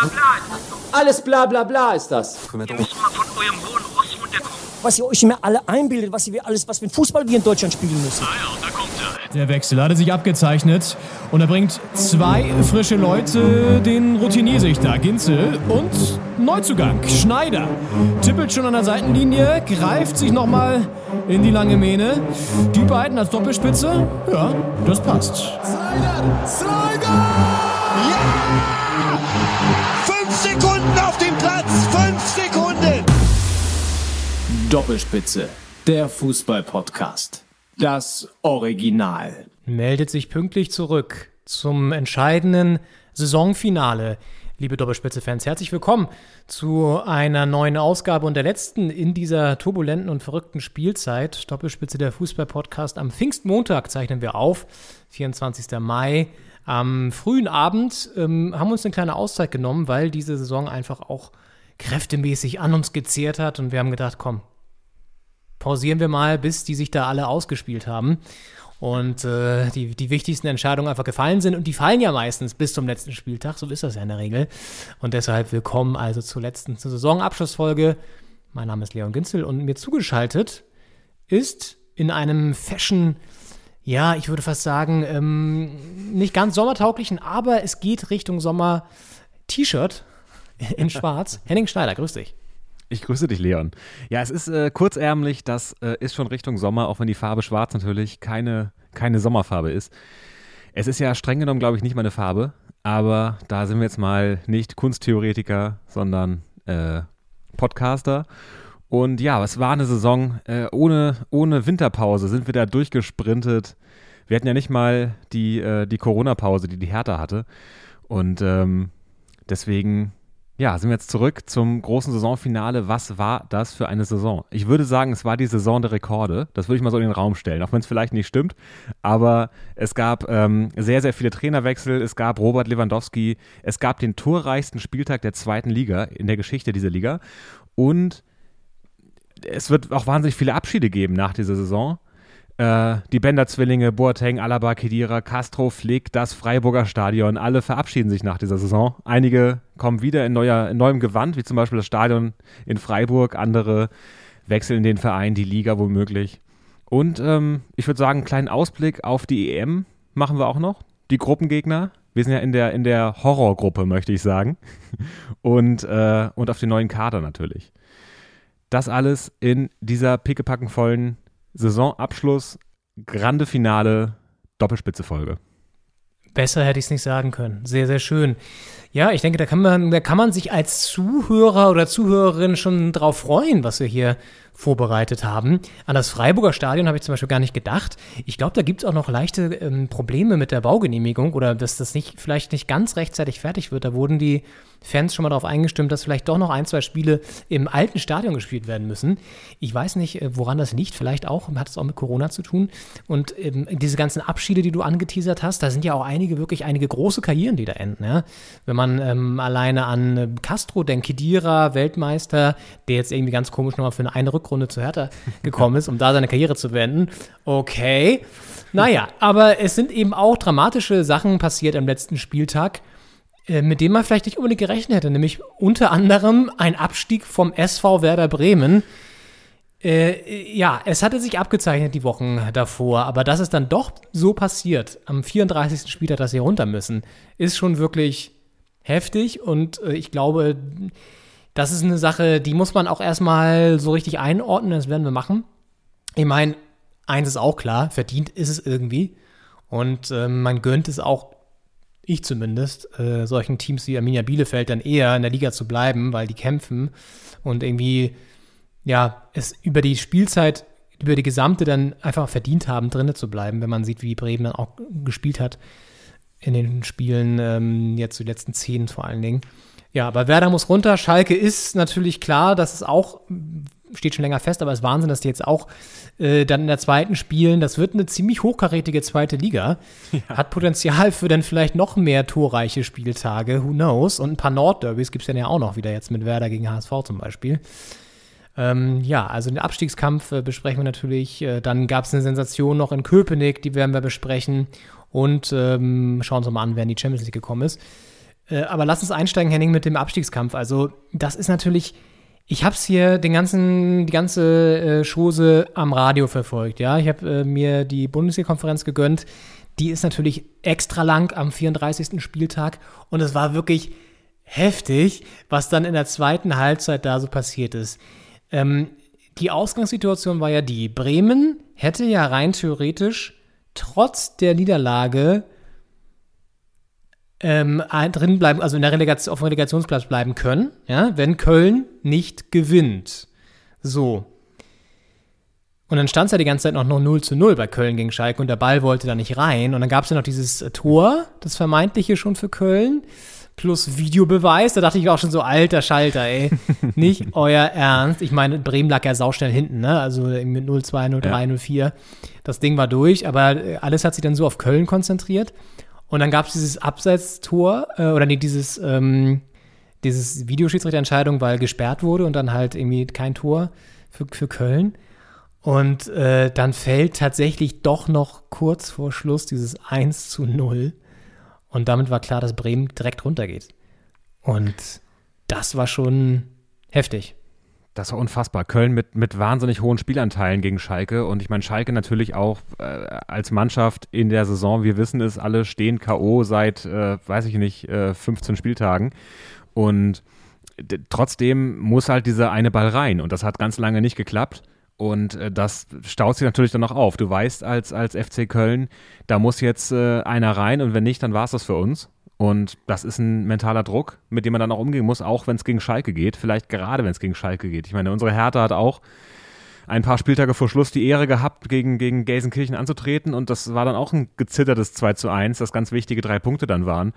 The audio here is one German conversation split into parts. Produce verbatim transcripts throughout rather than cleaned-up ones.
bla bla ist das doch. Alles bla bla bla ist das. Ihr müsst mal von eurem hohen Ross runterkommen. Was ihr euch immer alle einbildet, was ihr alles, was mit Fußball wir in Deutschland spielen müssen. Ah ja, da kommt er. Der Wechsel hatte sich abgezeichnet und er bringt zwei frische Leute, den Routiniersichter Ginzel und Neuzugang Schneider. Tippelt schon an der Seitenlinie, greift sich nochmal in die lange Mähne. Die beiden als Doppelspitze, ja, das passt. Slider! Slider! Ja! Fünf Sekunden auf dem Platz! Fünf Sekunden! Doppelspitze, der Fußball-Podcast. Das Original. Meldet sich pünktlich zurück zum entscheidenden Saisonfinale. Liebe Doppelspitze-Fans, herzlich willkommen zu einer neuen Ausgabe und der letzten in dieser turbulenten und verrückten Spielzeit. Doppelspitze, der Fußball-Podcast. Am Pfingstmontag zeichnen wir auf, vierundzwanzigsten Mai. Am frühen Abend ähm, haben wir uns eine kleine Auszeit genommen, weil diese Saison einfach auch kräftemäßig an uns gezehrt hat und wir haben gedacht, komm, pausieren wir mal, bis die sich da alle ausgespielt haben und äh, die, die wichtigsten Entscheidungen einfach gefallen sind. Und die fallen ja meistens bis zum letzten Spieltag, so ist das ja in der Regel. Und deshalb willkommen also zur letzten zur Saisonabschlussfolge. Mein Name ist Leon Ginzel und mir zugeschaltet ist in einem Fashion, ja, ich würde fast sagen, ähm, nicht ganz sommertauglichen, aber es geht Richtung Sommer T-Shirt in schwarz. Henning Schneider, grüß dich. Ich grüße dich, Leon. Ja, es ist äh, kurzärmlich, das äh, ist schon Richtung Sommer, auch wenn die Farbe schwarz natürlich keine, keine Sommerfarbe ist. Es ist ja streng genommen, glaube ich, nicht meine Farbe, aber da sind wir jetzt mal nicht Kunsttheoretiker, sondern äh, Podcaster. Und ja, es war eine Saison, äh, ohne, ohne Winterpause sind wir da durchgesprintet. Wir hatten ja nicht mal die, äh, die Corona-Pause, die die Hertha hatte. Und ähm, deswegen... Ja, sind wir jetzt zurück zum großen Saisonfinale. Was war das für eine Saison? Ich würde sagen, es war die Saison der Rekorde. Das würde ich mal so in den Raum stellen, auch wenn es vielleicht nicht stimmt. Aber es gab ähm, sehr, sehr viele Trainerwechsel. Es gab Robert Lewandowski. Es gab den torreichsten Spieltag der zweiten Liga in der Geschichte dieser Liga. Und es wird auch wahnsinnig viele Abschiede geben nach dieser Saison. Die Bender-Zwillinge, Boateng, Alaba, Khedira, Castro, Flick, das Freiburger Stadion, alle verabschieden sich nach dieser Saison. Einige kommen wieder in, neuer, in neuem Gewand, wie zum Beispiel das Stadion in Freiburg. Andere wechseln den Verein, die Liga womöglich. Und ähm, ich würde sagen, einen kleinen Ausblick auf die E M machen wir auch noch. Die Gruppengegner. Wir sind ja in der, in der Horrorgruppe, möchte ich sagen. Und, äh, und auf den neuen Kader natürlich. Das alles in dieser pickepackenvollen Saisonabschluss, Grande Finale, Doppelspitze-Folge. Besser hätte ich es nicht sagen können. Sehr, sehr schön. Ja, ich denke, da kann man, da kann man sich als Zuhörer oder Zuhörerin schon drauf freuen, was wir hier vorbereitet haben. An das Freiburger Stadion habe ich zum Beispiel gar nicht gedacht. Ich glaube, da gibt es auch noch leichte ähm, Probleme mit der Baugenehmigung oder dass das nicht, vielleicht nicht ganz rechtzeitig fertig wird. Da wurden die Fans schon mal darauf eingestimmt, dass vielleicht doch noch ein, zwei Spiele im alten Stadion gespielt werden müssen. Ich weiß nicht, woran das liegt. Vielleicht auch, hat es auch mit Corona zu tun. Und ähm, diese ganzen Abschiede, die du angeteasert hast, da sind ja auch einige, wirklich einige große Karrieren, die da enden. Ja? Wenn man ähm, alleine an äh, Castro denkt, Khedira, Weltmeister, der jetzt irgendwie ganz komisch nochmal für eine, eine Rückrunde zu Hertha gekommen ist, um da seine Karriere zu beenden. Okay. Naja, aber es sind eben auch dramatische Sachen passiert am letzten Spieltag, mit dem man vielleicht nicht unbedingt gerechnet hätte, nämlich unter anderem ein Abstieg vom S V Werder Bremen. Äh, ja, es hatte sich abgezeichnet die Wochen davor, aber dass es dann doch so passiert, am vierunddreißigsten Spieltag, dass sie runter müssen, ist schon wirklich heftig und äh, ich glaube, das ist eine Sache, die muss man auch erstmal so richtig einordnen, das werden wir machen. Ich meine, eins ist auch klar, verdient ist es irgendwie und äh, man gönnt es auch, ich zumindest, äh, solchen Teams wie Arminia Bielefeld dann eher in der Liga zu bleiben, weil die kämpfen und irgendwie, ja, es über die Spielzeit, über die gesamte dann einfach verdient haben, drinnen zu bleiben, wenn man sieht, wie Bremen dann auch gespielt hat in den Spielen, ähm, jetzt die letzten zehn vor allen Dingen. Ja, aber Werder muss runter. Schalke ist natürlich klar, dass es auch, steht schon länger fest, aber es ist Wahnsinn, dass die jetzt auch äh, dann in der zweiten spielen. Das wird eine ziemlich hochkarätige zweite Liga. Ja. Hat Potenzial für dann vielleicht noch mehr torreiche Spieltage, who knows. Und ein paar Nordderbys gibt es dann ja auch noch wieder jetzt mit Werder gegen H S V zum Beispiel. Ähm, ja, also den Abstiegskampf äh, besprechen wir natürlich. Äh, dann gab es eine Sensation noch in Köpenick, die werden wir besprechen. Und ähm, schauen uns mal an, wer in die Champions League gekommen ist. Äh, aber lass uns einsteigen, Henning, mit dem Abstiegskampf. Also das ist natürlich, ich habe es hier den ganzen, die ganze äh, Chose am Radio verfolgt. Ja, ich habe äh, mir die Bundesliga-Konferenz gegönnt. Die ist natürlich extra lang am vierunddreißigsten Spieltag und es war wirklich heftig, was dann in der zweiten Halbzeit da so passiert ist. Ähm, die Ausgangssituation war ja die, Bremen hätte ja rein theoretisch trotz der Niederlage ähm, drin bleiben, also in der Relegation, auf dem Relegationsplatz bleiben können, ja, wenn Köln nicht gewinnt. So. Und dann stand es ja die ganze Zeit noch null zu null bei Köln gegen Schalke und der Ball wollte da nicht rein. Und dann gab es ja noch dieses Tor, das vermeintliche schon für Köln, plus Videobeweis. Da dachte ich auch schon so, alter Schalter, ey, nicht euer Ernst. Ich meine, Bremen lag ja sauschnell hinten, ne? Also mit null zwei, null drei, ja. null vier. Das Ding war durch, aber alles hat sich dann so auf Köln konzentriert. Und dann gab es dieses Abseitstor, äh, oder nee, dieses, ähm, dieses Videoschiedsrichterentscheidung, weil gesperrt wurde und dann halt irgendwie kein Tor für, für Köln. Und äh, dann fällt tatsächlich doch noch kurz vor Schluss dieses eins zu null. Und damit war klar, dass Bremen direkt runtergeht. Und das war schon heftig. Das war unfassbar. Köln mit, mit wahnsinnig hohen Spielanteilen gegen Schalke. Und ich meine, Schalke natürlich auch äh, als Mannschaft in der Saison, wir wissen es, alle stehen K O seit, äh, weiß ich nicht, äh, fünfzehn Spieltagen. Und d- trotzdem muss halt dieser eine Ball rein. Und das hat ganz lange nicht geklappt. Und äh, das staut sich natürlich dann noch auf. Du weißt als, als F C Köln, da muss jetzt äh, einer rein und wenn nicht, dann war es das für uns. Und das ist ein mentaler Druck, mit dem man dann auch umgehen muss, auch wenn es gegen Schalke geht. Vielleicht gerade, wenn es gegen Schalke geht. Ich meine, unsere Hertha hat auch ein paar Spieltage vor Schluss die Ehre gehabt, gegen, gegen Gelsenkirchen anzutreten. Und das war dann auch ein gezittertes zwei zu eins, das ganz wichtige drei Punkte dann waren.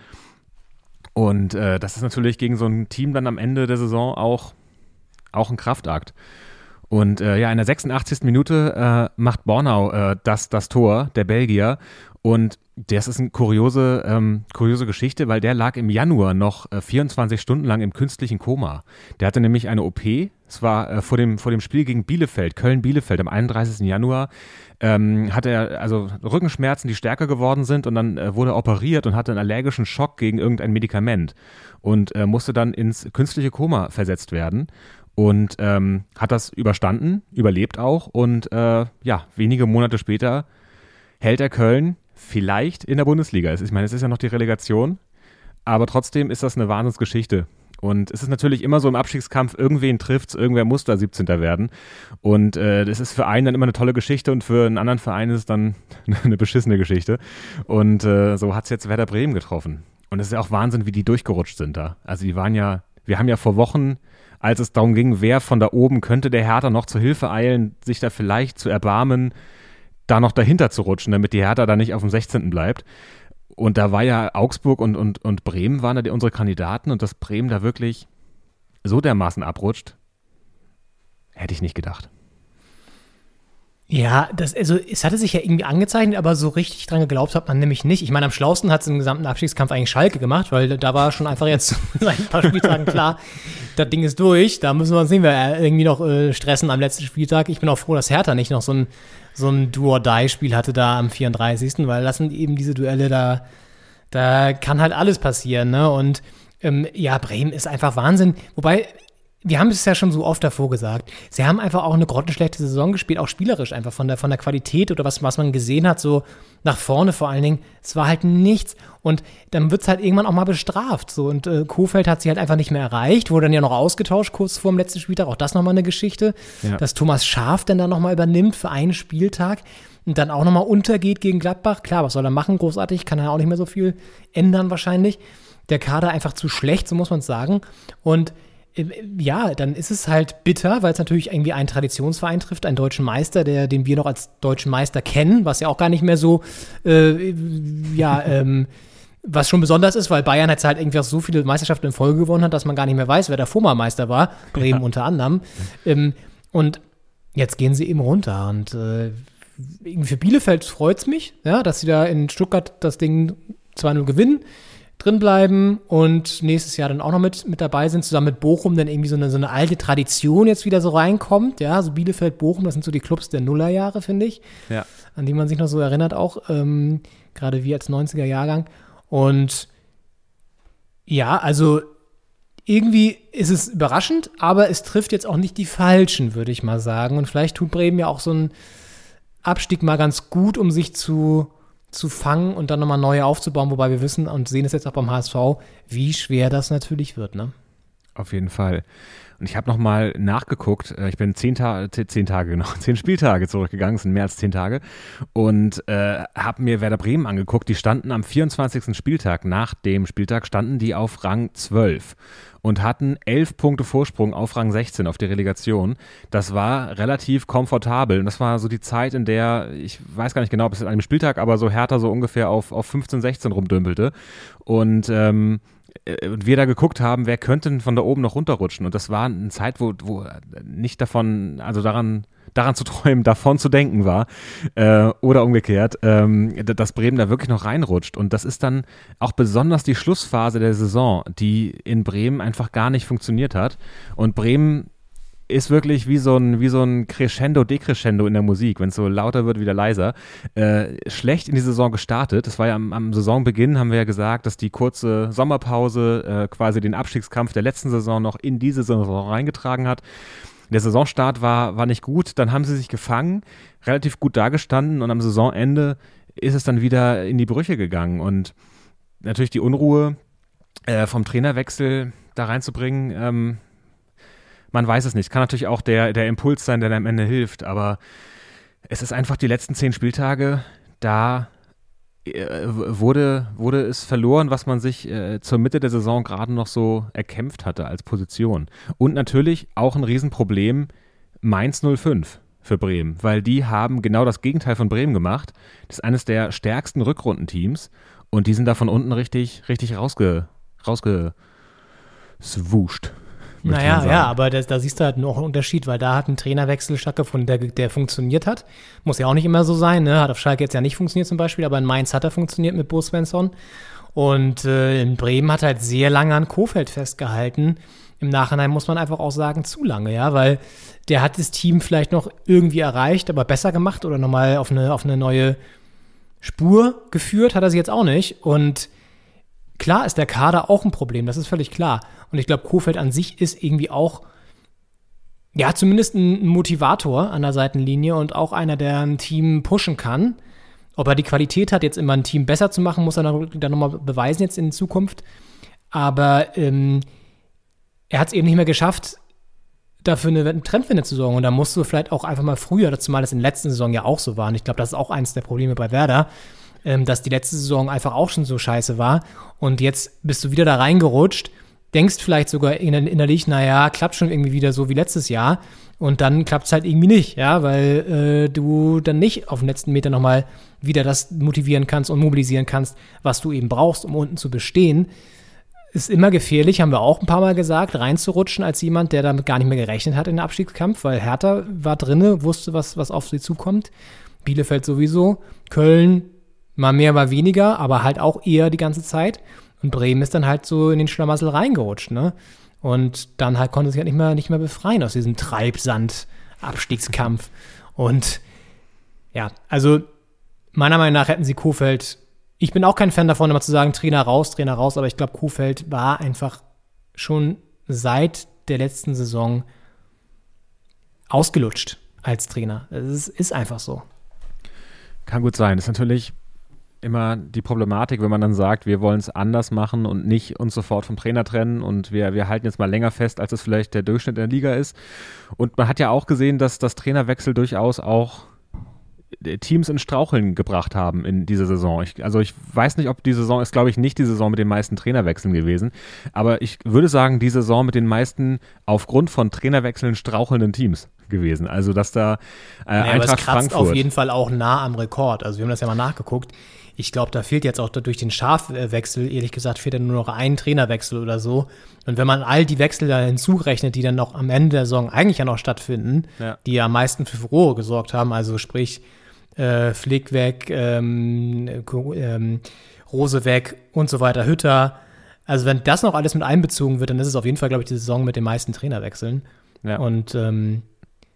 Und äh, das ist natürlich gegen so ein Team dann am Ende der Saison auch, auch ein Kraftakt. Und äh, ja, in der sechsundachtzigsten Minute äh, macht Bornau äh, das, das Tor, der Belgier. Und das ist eine kuriose, ähm, kuriose Geschichte, weil der lag im Januar noch äh, vierundzwanzig Stunden lang im künstlichen Koma. Der hatte nämlich eine O P. Es war äh, vor dem, vor dem Spiel gegen Bielefeld, Köln-Bielefeld, am einunddreißigsten Januar. Ähm, hatte er also Rückenschmerzen, die stärker geworden sind. Und dann äh, wurde er operiert und hatte einen allergischen Schock gegen irgendein Medikament. Und äh, musste dann ins künstliche Koma versetzt werden. Und ähm, hat das überstanden, überlebt auch und äh, ja, wenige Monate später hält er Köln vielleicht in der Bundesliga. Ich meine, es ist ja noch die Relegation, aber trotzdem ist das eine Wahnsinnsgeschichte. Und es ist natürlich immer so im Abstiegskampf, irgendwen trifft's, irgendwer muss da siebzehnter werden. Und äh, das ist für einen dann immer eine tolle Geschichte und für einen anderen Verein ist es dann eine beschissene Geschichte. Und äh, so hat's jetzt Werder Bremen getroffen. Und es ist ja auch Wahnsinn, wie die durchgerutscht sind da. Also die waren ja, wir haben ja vor Wochen, als es darum ging, wer von da oben könnte der Hertha noch zur Hilfe eilen, sich da vielleicht zu erbarmen, da noch dahinter zu rutschen, damit die Hertha da nicht auf dem sechzehnten bleibt. Und da war ja Augsburg und, und, und Bremen waren da die, unsere Kandidaten und dass Bremen da wirklich so dermaßen abrutscht, hätte ich nicht gedacht. Ja, das, also es hatte sich ja irgendwie angezeichnet, aber so richtig dran geglaubt hat man nämlich nicht. Ich meine, am schlausten hat es im gesamten Abstiegskampf eigentlich Schalke gemacht, weil da war schon einfach jetzt seit ein paar Spieltagen klar, das Ding ist durch, da müssen wir uns nicht mehr irgendwie noch äh, stressen am letzten Spieltag. Ich bin auch froh, dass Hertha nicht noch so ein, so ein Do-or-Die-Spiel hatte da am vierunddreißigsten, weil das sind eben diese Duelle, da, da kann halt alles passieren, ne? Und ähm, ja, Bremen ist einfach Wahnsinn. Wobei, wir haben es ja schon so oft davor gesagt, sie haben einfach auch eine grottenschlechte Saison gespielt, auch spielerisch einfach von der, von der Qualität oder was, was man gesehen hat, so nach vorne vor allen Dingen. Es war halt nichts und dann wird es halt irgendwann auch mal bestraft. So. Und äh, Kohfeldt hat sie halt einfach nicht mehr erreicht, wurde dann ja noch ausgetauscht kurz vor dem letzten Spieltag, auch das nochmal eine Geschichte, ja. Dass Thomas Schaaf dann da nochmal übernimmt für einen Spieltag und dann auch nochmal untergeht gegen Gladbach. Klar, was soll er machen, großartig, kann er auch nicht mehr so viel ändern wahrscheinlich. Der Kader einfach zu schlecht, so muss man es sagen. Und ja, dann ist es halt bitter, weil es natürlich irgendwie einen Traditionsverein trifft, einen deutschen Meister, der, den wir noch als deutschen Meister kennen, was ja auch gar nicht mehr so, äh, ja, ähm, was schon besonders ist, weil Bayern jetzt halt irgendwie auch so viele Meisterschaften in Folge gewonnen hat, dass man gar nicht mehr weiß, wer der vormal Meister war, Bremen ja. unter anderem. Ähm, und jetzt gehen sie eben runter und äh, für Bielefeld freut es mich, ja, dass sie da in Stuttgart das Ding zwei null gewinnen, drin bleiben und nächstes Jahr dann auch noch mit, mit dabei sind, zusammen mit Bochum, dann irgendwie so eine, so eine alte Tradition jetzt wieder so reinkommt, ja, so Bielefeld, Bochum, das sind so die Clubs der Nullerjahre, finde ich, ja. An die man sich noch so erinnert auch, ähm, gerade wir als neunziger Jahrgang und Ja, also irgendwie ist es überraschend, aber es trifft jetzt auch nicht die Falschen, würde ich mal sagen. Und vielleicht tut Bremen ja auch so einen Abstieg mal ganz gut, um sich zu, zu fangen und dann nochmal neu aufzubauen. Wobei wir wissen und sehen es jetzt auch beim H S V, wie schwer das natürlich wird, ne? Auf jeden Fall. Und ich habe nochmal nachgeguckt, ich bin zehn, Ta- zehn Tage, genau, zehn Spieltage zurückgegangen, es sind mehr als zehn Tage, und äh, habe mir Werder Bremen angeguckt. Die standen am vierundzwanzigsten Spieltag, nach dem Spieltag standen die auf Rang zwölf und hatten elf Punkte Vorsprung auf Rang sechzehn, auf die Relegation. Das war relativ komfortabel und das war so die Zeit, in der, ich weiß gar nicht genau, ob es an einem Spieltag, aber so Hertha so ungefähr auf, auf fünfzehn, sechzehn rumdümpelte. Und ähm, und wir da geguckt haben, wer könnte denn von da oben noch runterrutschen. Und das war eine Zeit, wo, wo nicht davon, also daran, daran zu träumen, davon zu denken war, äh, oder umgekehrt, ähm, dass Bremen da wirklich noch reinrutscht. Und das ist dann auch besonders die Schlussphase der Saison, die in Bremen einfach gar nicht funktioniert hat. Und Bremen ist wirklich wie so ein, wie so ein Crescendo, Decrescendo in der Musik, wenn es so lauter wird, wieder leiser. Äh, schlecht in die Saison gestartet. Das war ja am, am Saisonbeginn, haben wir ja gesagt, dass die kurze Sommerpause äh, quasi den Abstiegskampf der letzten Saison noch in diese Saison reingetragen hat. Der Saisonstart war, war nicht gut, dann haben sie sich gefangen, relativ gut dagestanden und am Saisonende ist es dann wieder in die Brüche gegangen. Und natürlich die Unruhe äh, vom Trainerwechsel da reinzubringen, ähm, man weiß es nicht. Kann natürlich auch der, der Impuls sein, der am Ende hilft, aber es ist einfach die letzten zehn Spieltage, da äh, wurde, wurde es verloren, was man sich äh, zur Mitte der Saison gerade noch so erkämpft hatte als Position. Und natürlich auch ein Riesenproblem Mainz null fünf für Bremen, weil die haben genau das Gegenteil von Bremen gemacht. Das ist eines der stärksten Rückrundenteams und die sind da von unten richtig, richtig rausge, rausgeswuscht. Naja, ja, aber das, da siehst du halt noch einen Unterschied, weil da hat ein Trainerwechsel stattgefunden, der, der funktioniert hat. Muss ja auch nicht immer so sein, ne? Hat auf Schalke jetzt ja nicht funktioniert zum Beispiel, aber in Mainz hat er funktioniert mit Bo Svensson. Und äh, in Bremen hat er halt sehr lange an Kohfeldt festgehalten. Im Nachhinein muss man einfach auch sagen, zu lange, ja, weil der hat das Team vielleicht noch irgendwie erreicht, aber besser gemacht oder nochmal auf eine, auf eine neue Spur geführt, hat er sie jetzt auch nicht. Und klar ist der Kader auch ein Problem, das ist völlig klar. Und ich glaube, Kohfeldt an sich ist irgendwie auch, ja, zumindest ein Motivator an der Seitenlinie und auch einer, der ein Team pushen kann. Ob er die Qualität hat, jetzt immer ein Team besser zu machen, muss er dann, dann nochmal beweisen jetzt in Zukunft. Aber ähm, er hat es eben nicht mehr geschafft, dafür eine Trendwende zu sorgen. Und da musst du vielleicht auch einfach mal früher, zumal das in der letzten Saison ja auch so war. Und ich glaube, das ist auch eines der Probleme bei Werder, ähm, dass die letzte Saison einfach auch schon so scheiße war. Und jetzt bist du wieder da reingerutscht, denkst vielleicht sogar innerlich, naja, klappt schon irgendwie wieder so wie letztes Jahr. Und dann klappt es halt irgendwie nicht, ja, weil äh, du dann nicht auf den letzten Meter nochmal wieder das motivieren kannst und mobilisieren kannst, was du eben brauchst, um unten zu bestehen. Ist immer gefährlich, haben wir auch ein paar Mal gesagt, reinzurutschen als jemand, der damit gar nicht mehr gerechnet hat in den Abstiegskampf, weil Hertha war drinne, wusste, was, was auf sie zukommt. Bielefeld sowieso, Köln mal mehr, mal weniger, aber halt auch eher die ganze Zeit. Und Bremen ist dann halt so in den Schlamassel reingerutscht, ne? Und dann halt konnte sich halt nicht mehr, nicht mehr befreien aus diesem Treibsand-Abstiegskampf. Und ja, also meiner Meinung nach hätten sie Kohfeldt, ich bin auch kein Fan davon, immer zu sagen, Trainer raus, Trainer raus, aber ich glaube, Kohfeldt war einfach schon seit der letzten Saison ausgelutscht als Trainer. Das ist, ist einfach so. Kann gut sein. Das ist natürlich immer die Problematik, wenn man dann sagt, wir wollen es anders machen und nicht uns sofort vom Trainer trennen und wir, wir halten jetzt mal länger fest, als es vielleicht der Durchschnitt der Liga ist. Und man hat ja auch gesehen, dass das Trainerwechsel durchaus auch Teams in Straucheln gebracht haben in dieser Saison. Ich, also ich weiß nicht, ob die Saison ist, glaube ich, nicht die Saison mit den meisten Trainerwechseln gewesen, aber ich würde sagen, die Saison mit den meisten aufgrund von Trainerwechseln strauchelnden Teams gewesen. Also dass da äh, naja, Eintracht aber es kratzt Frankfurt auf jeden Fall auch nah am Rekord. Also wir haben das ja mal nachgeguckt. Ich glaube, da fehlt jetzt auch durch den Schafwechsel, ehrlich gesagt, fehlt ja nur noch ein Trainerwechsel oder so. Und wenn man all die Wechsel da hinzurechnet, die dann noch am Ende der Saison eigentlich ja noch stattfinden, ja, die ja am meisten für Furore gesorgt haben, also sprich äh, Flick weg, ähm, ähm, Rose weg und so weiter, Hütter. Also wenn das noch alles mit einbezogen wird, dann ist es auf jeden Fall, glaube ich, die Saison mit den meisten Trainerwechseln. Ja. Und ähm,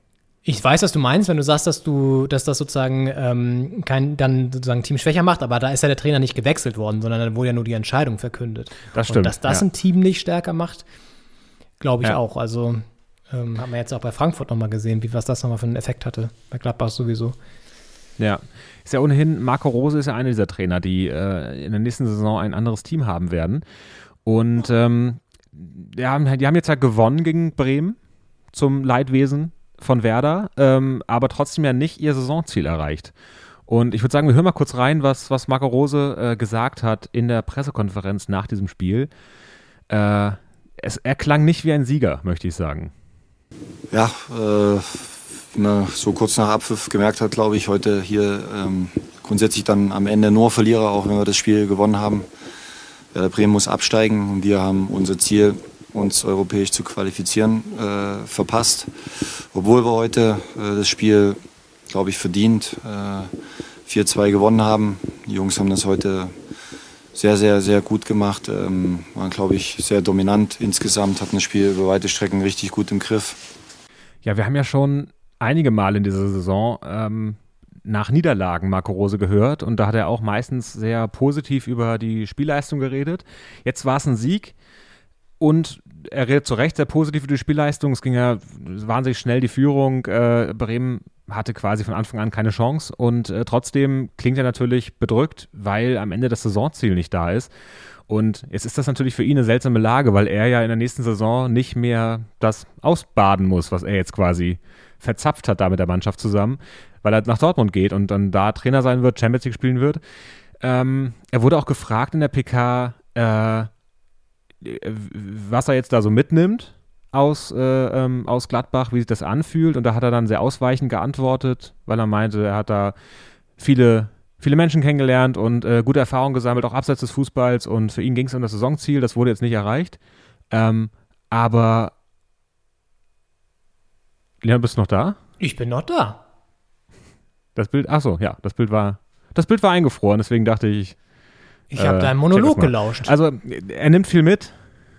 Ich weiß, was du meinst, wenn du sagst, dass du, dass das sozusagen ähm, kein dann sozusagen Team schwächer macht, aber da ist ja der Trainer nicht gewechselt worden, sondern dann wurde ja nur die Entscheidung verkündet. Das stimmt. Und dass das ja. ein Team nicht stärker macht, glaube ich Ja. auch. Also ähm, haben wir jetzt auch bei Frankfurt nochmal gesehen, wie was das nochmal für einen Effekt hatte. Bei Gladbach sowieso. Ja, ist ja ohnehin, Marco Rose ist ja einer dieser Trainer, die äh, in der nächsten Saison ein anderes Team haben werden. Und ähm, die, haben, die haben jetzt ja gewonnen gegen Bremen zum Leidwesen von Werder, ähm, aber trotzdem ja nicht ihr Saisonziel erreicht. Und ich würde sagen, wir hören mal kurz rein, was, was Marco Rose äh, gesagt hat in der Pressekonferenz nach diesem Spiel. Äh, es, er klang nicht wie ein Sieger, möchte ich sagen. Ja, äh, wie man so kurz nach Abpfiff gemerkt hat, glaube ich, heute hier ähm, grundsätzlich dann am Ende nur Verlierer, auch wenn wir das Spiel gewonnen haben. Werder Bremen muss absteigen und wir haben unser Ziel, uns europäisch zu qualifizieren, äh, verpasst. Obwohl wir heute äh, das Spiel, glaube ich, verdient äh, vier zwei gewonnen haben. Die Jungs haben das heute sehr, sehr, sehr gut gemacht. Ähm, waren, glaube ich, sehr dominant insgesamt, hatten das Spiel über weite Strecken richtig gut im Griff. Ja, wir haben ja schon einige Mal in dieser Saison ähm, nach Niederlagen Marco Rose gehört und da hat er auch meistens sehr positiv über die Spielleistung geredet. Jetzt war es ein Sieg. Und er redet zu Recht sehr positiv über die Spielleistung. Es ging ja wahnsinnig schnell die Führung. Äh, Bremen hatte quasi von Anfang an keine Chance. Und äh, trotzdem klingt er natürlich bedrückt, weil am Ende das Saisonziel nicht da ist. Und jetzt ist das natürlich für ihn eine seltsame Lage, weil er ja in der nächsten Saison nicht mehr das ausbaden muss, was er jetzt quasi verzapft hat da mit der Mannschaft zusammen, weil er nach Dortmund geht und dann da Trainer sein wird, Champions League spielen wird. Ähm, er wurde auch gefragt in der P K, äh, was er jetzt da so mitnimmt aus, äh, ähm, aus Gladbach, wie sich das anfühlt. Und da hat er dann sehr ausweichend geantwortet, weil er meinte, er hat da viele, viele Menschen kennengelernt und äh, gute Erfahrungen gesammelt, auch abseits des Fußballs. Und für ihn ging es um das Saisonziel, das wurde jetzt nicht erreicht. Ähm, aber Leon, bist du noch da? Ich bin noch da. Das Bild, ach so, ja, das Bild war, das Bild war eingefroren, deswegen dachte ich, Ich habe Äh, deinem Monolog gelauscht. Also, er nimmt viel mit.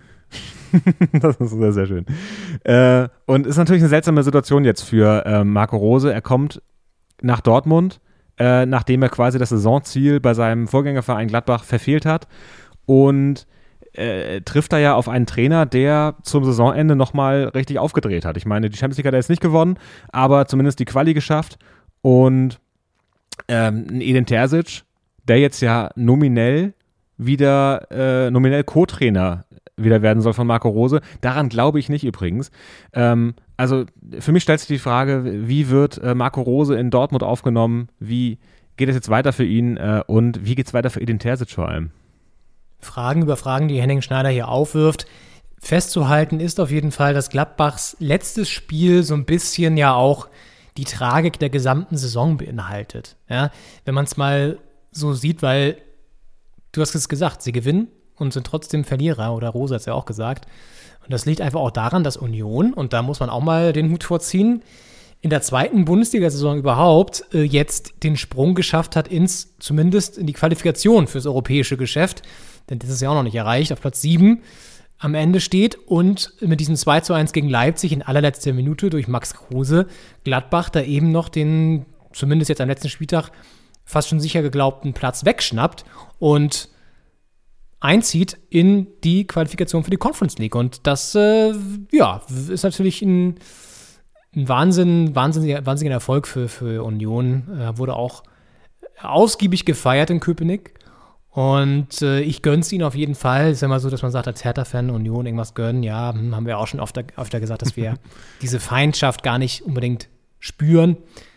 Das ist sehr, sehr schön. Äh, und ist natürlich eine seltsame Situation jetzt für äh, Marco Rose. Er kommt nach Dortmund, äh, nachdem er quasi das Saisonziel bei seinem Vorgängerverein Gladbach verfehlt hat. Und äh, trifft da ja auf einen Trainer, der zum Saisonende nochmal richtig aufgedreht hat. Ich meine, die Champions League hat er jetzt nicht gewonnen, aber zumindest die Quali geschafft. Und ähm, Edin Terzic, der jetzt ja nominell wieder äh, nominell Co-Trainer wieder werden soll von Marco Rose. Daran glaube ich nicht übrigens. Ähm, also für mich stellt sich die Frage, wie wird äh, Marco Rose in Dortmund aufgenommen? Wie geht es jetzt weiter für ihn äh, und wie geht es weiter für Edin Terzic vor allem? Fragen über Fragen, die Henning Schneider hier aufwirft. Festzuhalten ist auf jeden Fall, dass Gladbachs letztes Spiel so ein bisschen ja auch die Tragik der gesamten Saison beinhaltet. Ja, wenn man es mal so sieht, weil du hast es gesagt, sie gewinnen und sind trotzdem Verlierer, oder Rose hat es ja auch gesagt. Und das liegt einfach auch daran, dass Union, und da muss man auch mal den Hut vorziehen, in der zweiten Bundesliga-Saison überhaupt äh, jetzt den Sprung geschafft hat, ins zumindest in die Qualifikation fürs europäische Geschäft, denn das ist ja auch noch nicht erreicht, auf Platz sieben am Ende steht und mit diesem zwei zu eins gegen Leipzig in allerletzter Minute durch Max Kruse Gladbach da eben noch den, zumindest jetzt am letzten Spieltag, fast schon sicher geglaubten Platz wegschnappt und einzieht in die Qualifikation für die Conference League. Und das, äh, ja, ist natürlich ein, ein Wahnsinn, wahnsinniger, wahnsinniger Erfolg für, für Union. Äh, wurde auch ausgiebig gefeiert in Köpenick. Und äh, ich gönn's ihnen auf jeden Fall. Ist ja immer so, dass man sagt, als Hertha-Fan Union irgendwas gönnen. Ja, hm, haben wir auch schon öfter, öfter gesagt, dass wir diese Feindschaft gar nicht unbedingt spüren.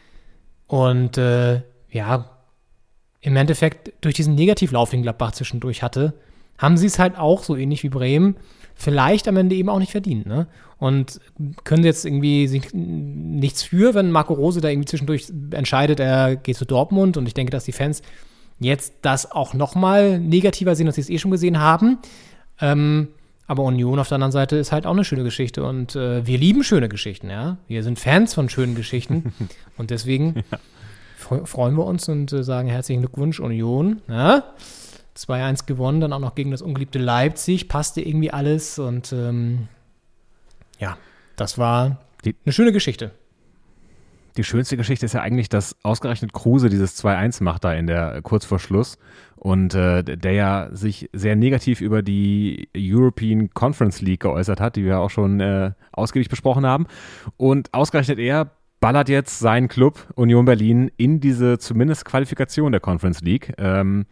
Und äh, ja, im Endeffekt durch diesen Negativlauf, den Gladbach zwischendurch hatte, haben sie es halt auch so ähnlich wie Bremen vielleicht am Ende eben auch nicht verdient, ne? Und können jetzt irgendwie sich nichts für, wenn Marco Rose da irgendwie zwischendurch entscheidet, er geht zu Dortmund, und ich denke, dass die Fans jetzt das auch nochmal negativer sehen, als sie es eh schon gesehen haben. Ähm, aber Union auf der anderen Seite ist halt auch eine schöne Geschichte, und äh, wir lieben schöne Geschichten, ja. Wir sind Fans von schönen Geschichten und deswegen ja. fre- freuen wir uns und äh, sagen herzlichen Glückwunsch, Union, ja? zwei eins gewonnen, dann auch noch gegen das ungeliebte Leipzig, passte irgendwie alles, und ähm, ja, das war Die, eine schöne Geschichte. die schönste Geschichte ist ja eigentlich, dass ausgerechnet Kruse dieses zwei eins macht da in der kurz vor Schluss und äh, der ja sich sehr negativ über die European Conference League geäußert hat, die wir auch schon äh, ausgiebig besprochen haben. Und ausgerechnet er ballert jetzt seinen Club Union Berlin in diese zumindest Qualifikation der Conference League. Ähm,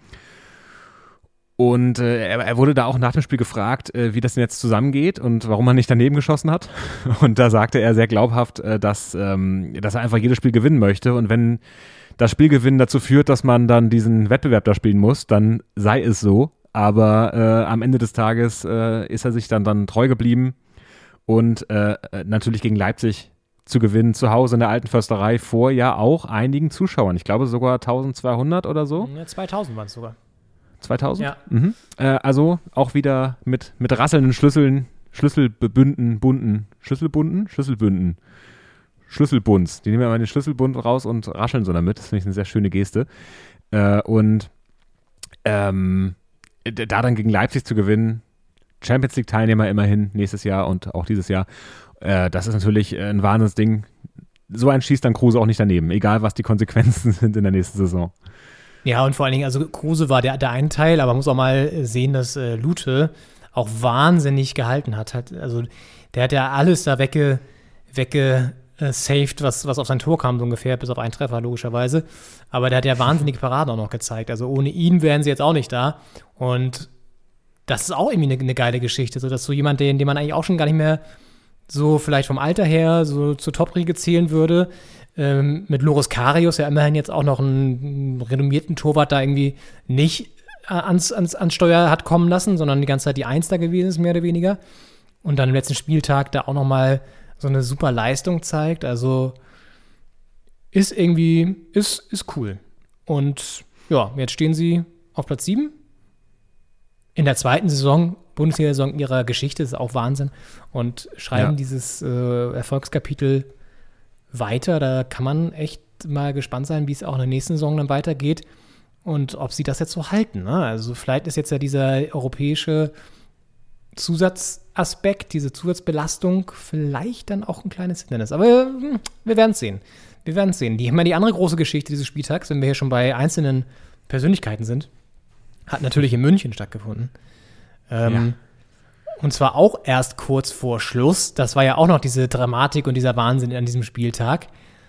Und äh, er, er wurde da auch nach dem Spiel gefragt, äh, wie das denn jetzt zusammengeht und warum er nicht daneben geschossen hat. Und da sagte er sehr glaubhaft, äh, dass, ähm, dass er einfach jedes Spiel gewinnen möchte. Und wenn das Spielgewinnen dazu führt, dass man dann diesen Wettbewerb da spielen muss, dann sei es so. Aber äh, am Ende des Tages äh, ist er sich dann, dann treu geblieben und äh, natürlich gegen Leipzig zu gewinnen, zu Hause in der Alten Försterei vor ja auch einigen Zuschauern. Ich glaube sogar eintausendzweihundert oder so. Ja, zweitausend waren es sogar. zweitausend? Ja. Mhm. Äh, also auch wieder mit, mit rasselnden Schlüsseln, Schlüsselbünden, bunten, Schlüsselbunden, Schlüsselbünden, Schlüsselbunds. Die nehmen ja mal den Schlüsselbund raus und rascheln so damit. Das finde ich eine sehr schöne Geste. Äh, und ähm, da dann gegen Leipzig zu gewinnen, Champions League Teilnehmer immerhin nächstes Jahr und auch dieses Jahr, äh, das ist natürlich ein Wahnsinnsding. So ein schießt dann Kruse auch nicht daneben, egal was die Konsequenzen sind in der nächsten Saison. Ja, und vor allen Dingen, also Kruse war der, der ein Teil, aber man muss auch mal sehen, dass äh, Lute auch wahnsinnig gehalten hat. hat. Also der hat ja alles da wegge, wegge äh, saved, was, was auf sein Tor kam, so ungefähr, bis auf einen Treffer, logischerweise. Aber der hat ja wahnsinnige Paraden auch noch gezeigt. Also ohne ihn wären sie jetzt auch nicht da. Und das ist auch irgendwie eine, eine geile Geschichte, so dass so jemand, den, den man eigentlich auch schon gar nicht mehr so vielleicht vom Alter her so zur Top-Riege zählen würde, ähm, mit Loris Karius ja immerhin jetzt auch noch einen, einen renommierten Torwart da irgendwie nicht ans, ans, ans Steuer hat kommen lassen, sondern die ganze Zeit die Eins da gewesen ist, mehr oder weniger. Und dann im letzten Spieltag da auch noch mal so eine super Leistung zeigt. Also ist irgendwie, ist, ist cool. Und ja, jetzt stehen sie auf Platz sieben. In der zweiten Saison, Bundesliga-Saison ihrer Geschichte, ist auch Wahnsinn. Und schreiben ja. dieses äh, Erfolgskapitel weiter. Da kann man echt mal gespannt sein, wie es auch in der nächsten Saison dann weitergeht und ob sie das jetzt so halten. Ne? Also vielleicht ist jetzt ja dieser europäische Zusatzaspekt, diese Zusatzbelastung vielleicht dann auch ein kleines Hindernis. Aber hm, wir werden es sehen. Wir werden es sehen. Die, ich meine, die andere große Geschichte dieses Spieltags, wenn wir hier schon bei einzelnen Persönlichkeiten sind, hat natürlich in München stattgefunden. Ähm, ja. Und zwar auch erst kurz vor Schluss. Das war ja auch noch diese Dramatik und dieser Wahnsinn an diesem Spieltag,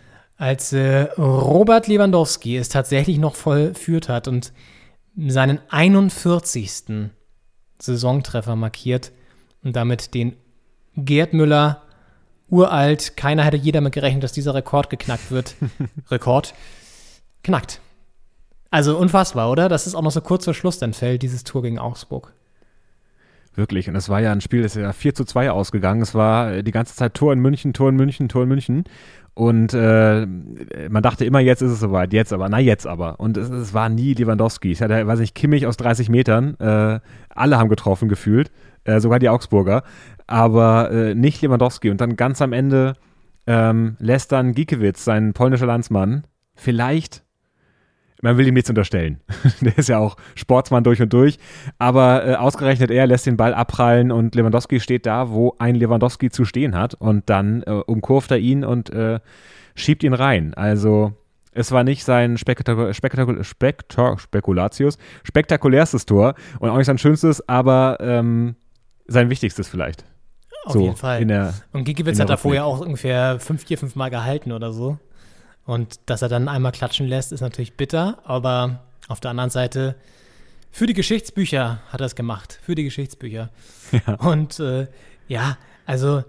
als äh, Robert Lewandowski es tatsächlich noch vollführt hat und seinen einundvierzigsten Saisontreffer markiert und damit den Gerd Müller, uralt, keiner hätte je damit gerechnet, dass dieser Rekord geknackt wird. Rekord knackt. Also unfassbar, oder? Das ist auch noch so kurz vor Schluss dann fällt, dieses Tor gegen Augsburg. Wirklich. Und es war ja ein Spiel, das ist ja vier zu zwei ausgegangen. Es war die ganze Zeit Tor in München, Tor in München, Tor in München. Und äh, man dachte immer, jetzt ist es soweit, jetzt aber, na jetzt aber. Und es, es war nie Lewandowski. Ich hatte, weiß nicht, Kimmich aus dreißig Metern. Äh, alle haben getroffen gefühlt, äh, sogar die Augsburger. Aber äh, nicht Lewandowski. Und dann ganz am Ende ähm, lässt dann Gikiewicz, sein polnischer Landsmann, vielleicht, man will ihm nichts unterstellen. Der ist ja auch Sportsmann durch und durch. Aber äh, ausgerechnet er lässt den Ball abprallen und Lewandowski steht da, wo ein Lewandowski zu stehen hat. Und dann äh, umkurvt er ihn und äh, schiebt ihn rein. Also es war nicht sein Spektakul- Spektakul- Spektak- Spekulatius, spektakulärstes Tor und auch nicht sein schönstes, aber ähm, sein wichtigstes vielleicht. Auf so, jeden Fall. In der, und Gikiewicz hat da vorher auch ungefähr fünf, vier, fünf Mal gehalten oder so. Und dass er dann einmal klatschen lässt, ist natürlich bitter, aber auf der anderen Seite, für die Geschichtsbücher hat er es gemacht, für die Geschichtsbücher. Ja. Und äh, ja, also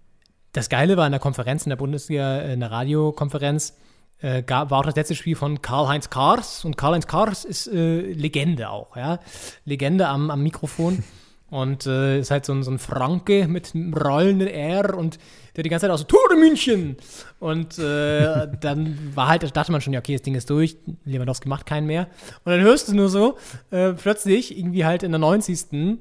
das Geile war in der Konferenz, in der Bundesliga, in der Radiokonferenz, äh, gab, war auch das letzte Spiel von Karl-Heinz Kars und Karl-Heinz Kars ist äh, Legende auch, ja, Legende am, am Mikrofon. Und äh, ist halt so ein, so ein Franke mit einem rollenden R und der die ganze Zeit auch so, Tore München! Und äh, dann war halt, da dachte man schon, ja, okay, das Ding ist durch, Lewandowski macht keinen mehr. Und dann hörst du nur so, äh, plötzlich, irgendwie halt in der neunzigsten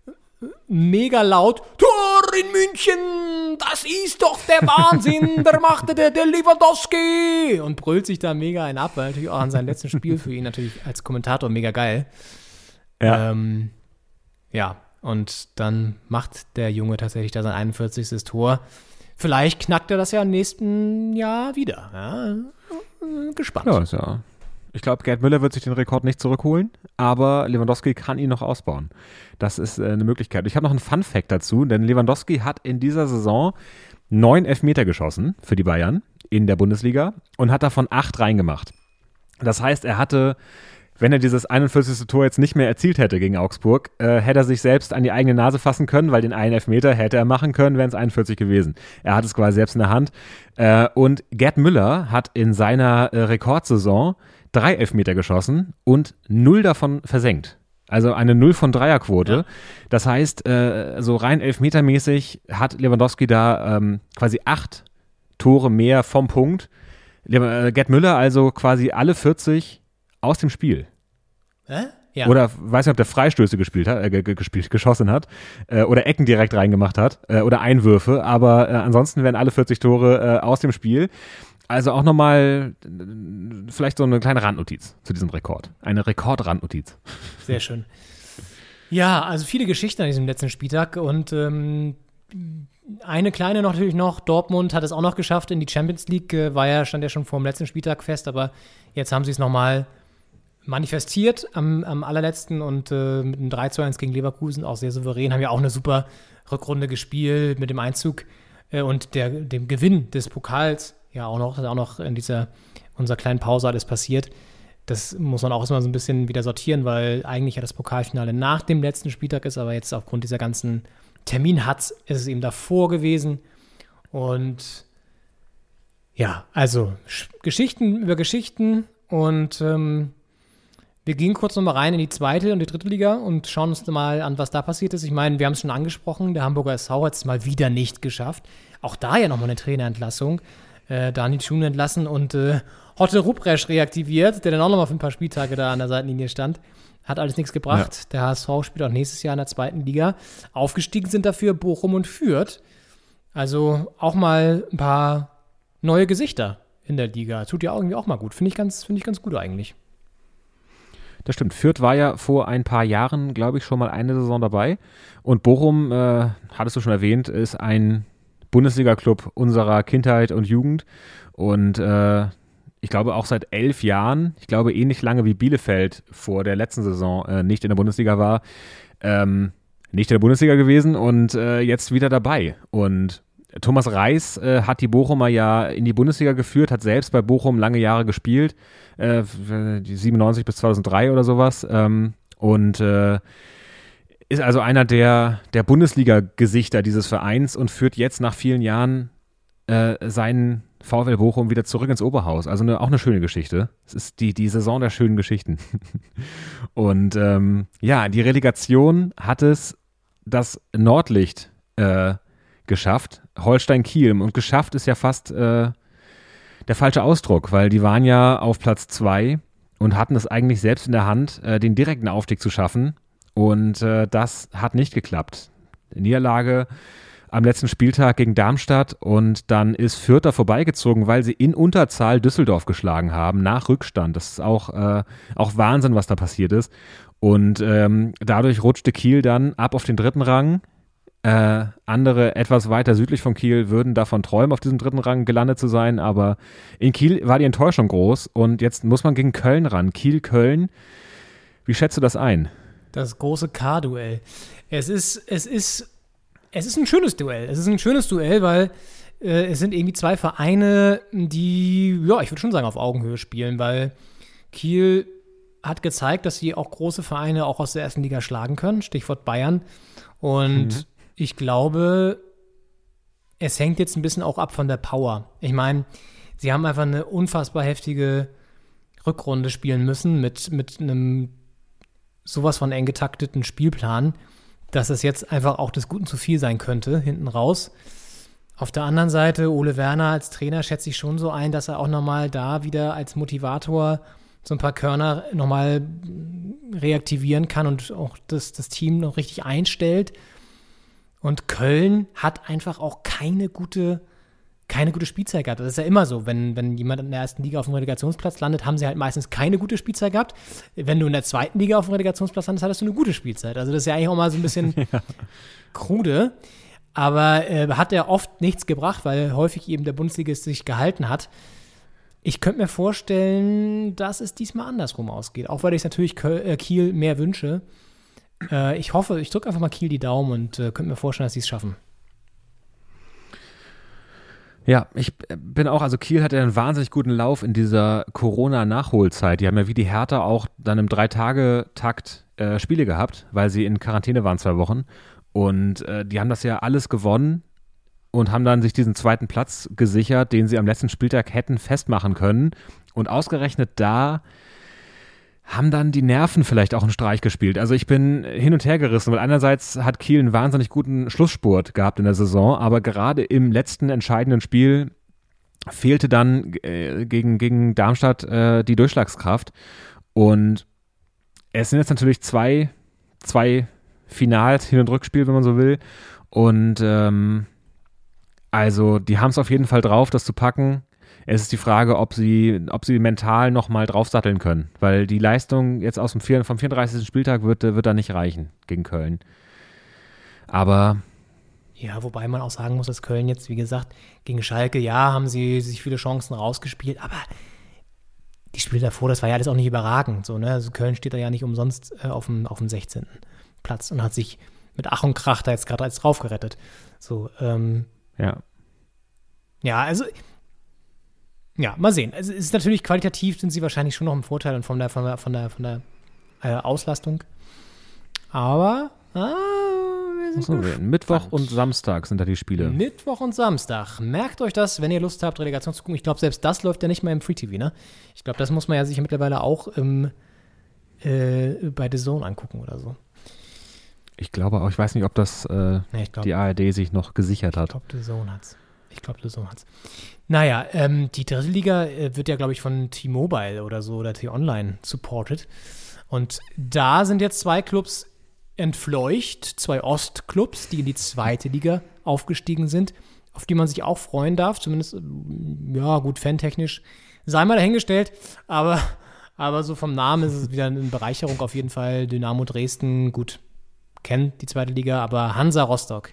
mega laut, Tor in München! Das ist doch der Wahnsinn! Der machte der, der Lewandowski! Und brüllt sich da mega einen ab, weil natürlich auch an seinem letzten Spiel für ihn natürlich als Kommentator mega geil. Ja. Ähm, ja. Und dann macht der Junge tatsächlich da sein einundvierzigstes Tor. vielleicht knackt er das ja im nächsten Jahr wieder. Ja, gespannt. Ja, ist ja. Ich glaube, Gerd Müller wird sich den Rekord nicht zurückholen, aber Lewandowski kann ihn noch ausbauen. Das ist äh, eine Möglichkeit. Ich habe noch einen Fun-Fact dazu, denn Lewandowski hat in dieser Saison neun Elfmeter geschossen für die Bayern in der Bundesliga und hat davon acht reingemacht. Das heißt, er hatte, wenn er dieses einundvierzigste Tor jetzt nicht mehr erzielt hätte gegen Augsburg, äh, hätte er sich selbst an die eigene Nase fassen können, weil den einen Elfmeter hätte er machen können, wären es einundvierzig gewesen. Er hat es quasi selbst in der Hand. Äh, und Gerd Müller hat in seiner äh, Rekordsaison drei Elfmeter geschossen und null davon versenkt. Also eine null von Dreierquote. Ja. Das heißt, äh, so rein elfmetermäßig hat Lewandowski da ähm, quasi acht Tore mehr vom Punkt. Le- äh, Gerd Müller also quasi alle vierzig aus dem Spiel. Hä? Ja. Oder weiß nicht, ob der Freistöße gespielt hat, äh, g- gespielt, geschossen hat äh, oder Ecken direkt reingemacht hat äh, oder Einwürfe, aber äh, ansonsten werden alle vierzig Tore äh, aus dem Spiel. Also auch nochmal äh, vielleicht so eine kleine Randnotiz zu diesem Rekord. Eine Rekordrandnotiz. Sehr schön. Ja, also viele Geschichten an diesem letzten Spieltag und ähm, eine kleine noch natürlich noch, Dortmund hat es auch noch geschafft in die Champions League, äh, war ja, stand ja schon vor dem letzten Spieltag fest, aber jetzt haben sie es nochmal manifestiert am, am allerletzten und äh, mit einem drei zu eins gegen Leverkusen auch sehr souverän, haben ja auch eine super Rückrunde gespielt mit dem Einzug äh, und der, dem Gewinn des Pokals, ja auch noch, auch noch in dieser unserer kleinen Pause alles passiert. Das muss man auch erstmal so ein bisschen wieder sortieren, weil eigentlich ja das Pokalfinale nach dem letzten Spieltag ist, aber jetzt aufgrund dieser ganzen Terminhatz ist es eben davor gewesen. Und ja, also Sch- Geschichten über Geschichten und ähm, wir gehen kurz nochmal rein in die zweite und die dritte Liga und schauen uns mal an, was da passiert ist. Ich meine, wir haben es schon angesprochen, der Hamburger S V hat es mal wieder nicht geschafft. Auch da ja nochmal eine Trainerentlassung. Äh, Daniel Thun entlassen und äh, Hotte Ruprecht reaktiviert, der dann auch nochmal für ein paar Spieltage da an der Seitenlinie stand. Hat alles nichts gebracht. Ja. Der H S V spielt auch nächstes Jahr in der zweiten Liga. Aufgestiegen sind dafür Bochum und Fürth. Also auch mal ein paar neue Gesichter in der Liga. Tut ja irgendwie auch mal gut. Finde ich ganz, finde ich ganz gut eigentlich. Das stimmt. Fürth war ja vor ein paar Jahren, glaube ich, schon mal eine Saison dabei. Und Bochum, äh, hattest du schon erwähnt, ist ein Bundesliga-Club unserer Kindheit und Jugend. Und äh, ich glaube auch seit elf Jahren, ich glaube ähnlich lange wie Bielefeld vor der letzten Saison äh, nicht in der Bundesliga war, ähm, nicht in der Bundesliga gewesen und äh, jetzt wieder dabei. Und Thomas Reis äh, hat die Bochumer ja in die Bundesliga geführt, hat selbst bei Bochum lange Jahre gespielt, äh, siebenundneunzig bis zweitausenddrei oder sowas. Ähm, und äh, ist also einer der, der Bundesliga-Gesichter dieses Vereins und führt jetzt nach vielen Jahren äh, seinen VfL Bochum wieder zurück ins Oberhaus. Also eine, auch eine schöne Geschichte. Es ist die, die Saison der schönen Geschichten. Und ähm, ja, die Relegation hat es das Nordlicht äh, geschafft, Holstein Kiel. Und geschafft ist ja fast äh, der falsche Ausdruck, weil die waren ja auf Platz zwei und hatten es eigentlich selbst in der Hand, äh, den direkten Aufstieg zu schaffen. Und äh, das hat nicht geklappt. Niederlage am letzten Spieltag gegen Darmstadt und dann ist Fürth da vorbeigezogen, weil sie in Unterzahl Düsseldorf geschlagen haben, nach Rückstand. Das ist auch, äh, auch Wahnsinn, was da passiert ist. Und ähm, dadurch rutschte Kiel dann ab auf den dritten Rang. Äh, andere etwas weiter südlich von Kiel würden davon träumen, auf diesem dritten Rang gelandet zu sein, aber in Kiel war die Enttäuschung groß und jetzt muss man gegen Köln ran. Kiel-Köln, wie schätzt du das ein? Das große K-Duell. Es ist, es ist, es ist ein schönes Duell. Es ist ein schönes Duell, weil äh, es sind irgendwie zwei Vereine, die, ja, ich würde schon sagen, auf Augenhöhe spielen, weil Kiel hat gezeigt, dass sie auch große Vereine auch aus der ersten Liga schlagen können. Stichwort Bayern. Und mhm. ich glaube, es hängt jetzt ein bisschen auch ab von der Power. Ich meine, sie haben einfach eine unfassbar heftige Rückrunde spielen müssen mit, mit einem sowas von eng getakteten Spielplan, dass es jetzt einfach auch des Guten zu viel sein könnte, hinten raus. Auf der anderen Seite, Ole Werner als Trainer schätze ich schon so ein, dass er auch nochmal da wieder als Motivator so ein paar Körner nochmal reaktivieren kann und auch das, das Team noch richtig einstellt. Und Köln hat einfach auch keine gute, keine gute Spielzeit gehabt. Das ist ja immer so, wenn, wenn jemand in der ersten Liga auf dem Relegationsplatz landet, haben sie halt meistens keine gute Spielzeit gehabt. Wenn du in der zweiten Liga auf dem Relegationsplatz landest, hattest du eine gute Spielzeit. Also das ist ja eigentlich auch mal so ein bisschen ja. krude. Aber äh, hat er oft nichts gebracht, weil häufig eben der Bundesligist sich gehalten hat. Ich könnte mir vorstellen, dass es diesmal andersrum ausgeht. Auch weil ich es natürlich Köl- äh, Kiel mehr wünsche. Äh, ich hoffe, ich drücke einfach mal Kiel die Daumen und äh, könnte mir vorstellen, dass sie es schaffen. Ja, ich bin auch, also Kiel hatte einen wahnsinnig guten Lauf in dieser Corona-Nachholzeit. Die haben ja wie die Hertha auch dann im Drei-Tage-Takt äh, Spiele gehabt, weil sie in Quarantäne waren zwei Wochen. Und äh, die haben das ja alles gewonnen und haben dann sich diesen zweiten Platz gesichert, den sie am letzten Spieltag hätten festmachen können. Und ausgerechnet da haben dann die Nerven vielleicht auch einen Streich gespielt. Also ich bin hin und her gerissen, weil einerseits hat Kiel einen wahnsinnig guten Schlussspurt gehabt in der Saison, aber gerade im letzten entscheidenden Spiel fehlte dann äh, gegen, gegen Darmstadt äh, die Durchschlagskraft. Und es sind jetzt natürlich zwei, zwei Finals, Hin- und Rückspiel, wenn man so will. Und ähm, also die haben es auf jeden Fall drauf, das zu packen. Es ist die Frage, ob sie, ob sie mental nochmal draufsatteln können, weil die Leistung jetzt aus dem vier, vom vierunddreißigsten Spieltag wird, wird da nicht reichen gegen Köln. Aber Ja, wobei man auch sagen muss, dass Köln jetzt, wie gesagt, gegen Schalke, ja, haben sie sich viele Chancen rausgespielt, aber die Spiele davor, das war ja alles auch nicht überragend. So, ne? Also Köln steht da ja nicht umsonst äh, auf dem, auf dem sechzehnten Platz und hat sich mit Ach und Krach da jetzt gerade als drauf gerettet. So, ähm, ja. Ja, also ja, mal sehen. Also, es ist natürlich qualitativ, sind sie wahrscheinlich schon noch im Vorteil und von der, von der, von der, von der äh, Auslastung. Aber, ah, wir sind So, gespannt. Mittwoch und Samstag sind da die Spiele. Mittwoch und Samstag. Merkt euch das, wenn ihr Lust habt, Relegation zu gucken. Ich glaube, selbst das läuft ja nicht mehr im Free-T V, ne? Ich glaube, das muss man ja sich mittlerweile auch im, äh, bei The Zone angucken oder so. Ich glaube auch, ich weiß nicht, ob das äh, Nee, ich glaub, die A R D sich noch gesichert Ich hat. glaube, The Zone hat's. Ich glaube, The Zone hat's. Naja, ähm, die dritte Liga äh, wird ja, glaube ich, von T-Mobile oder so oder T-Online supported. Und da sind jetzt zwei Clubs entfleucht, zwei Ostclubs, die in die zweite Liga aufgestiegen sind, auf die man sich auch freuen darf, zumindest, ja, gut, fantechnisch, sei mal dahingestellt, aber, aber so vom Namen ist es wieder eine Bereicherung auf jeden Fall. Dynamo Dresden, gut, kennt die zweite Liga, aber Hansa Rostock,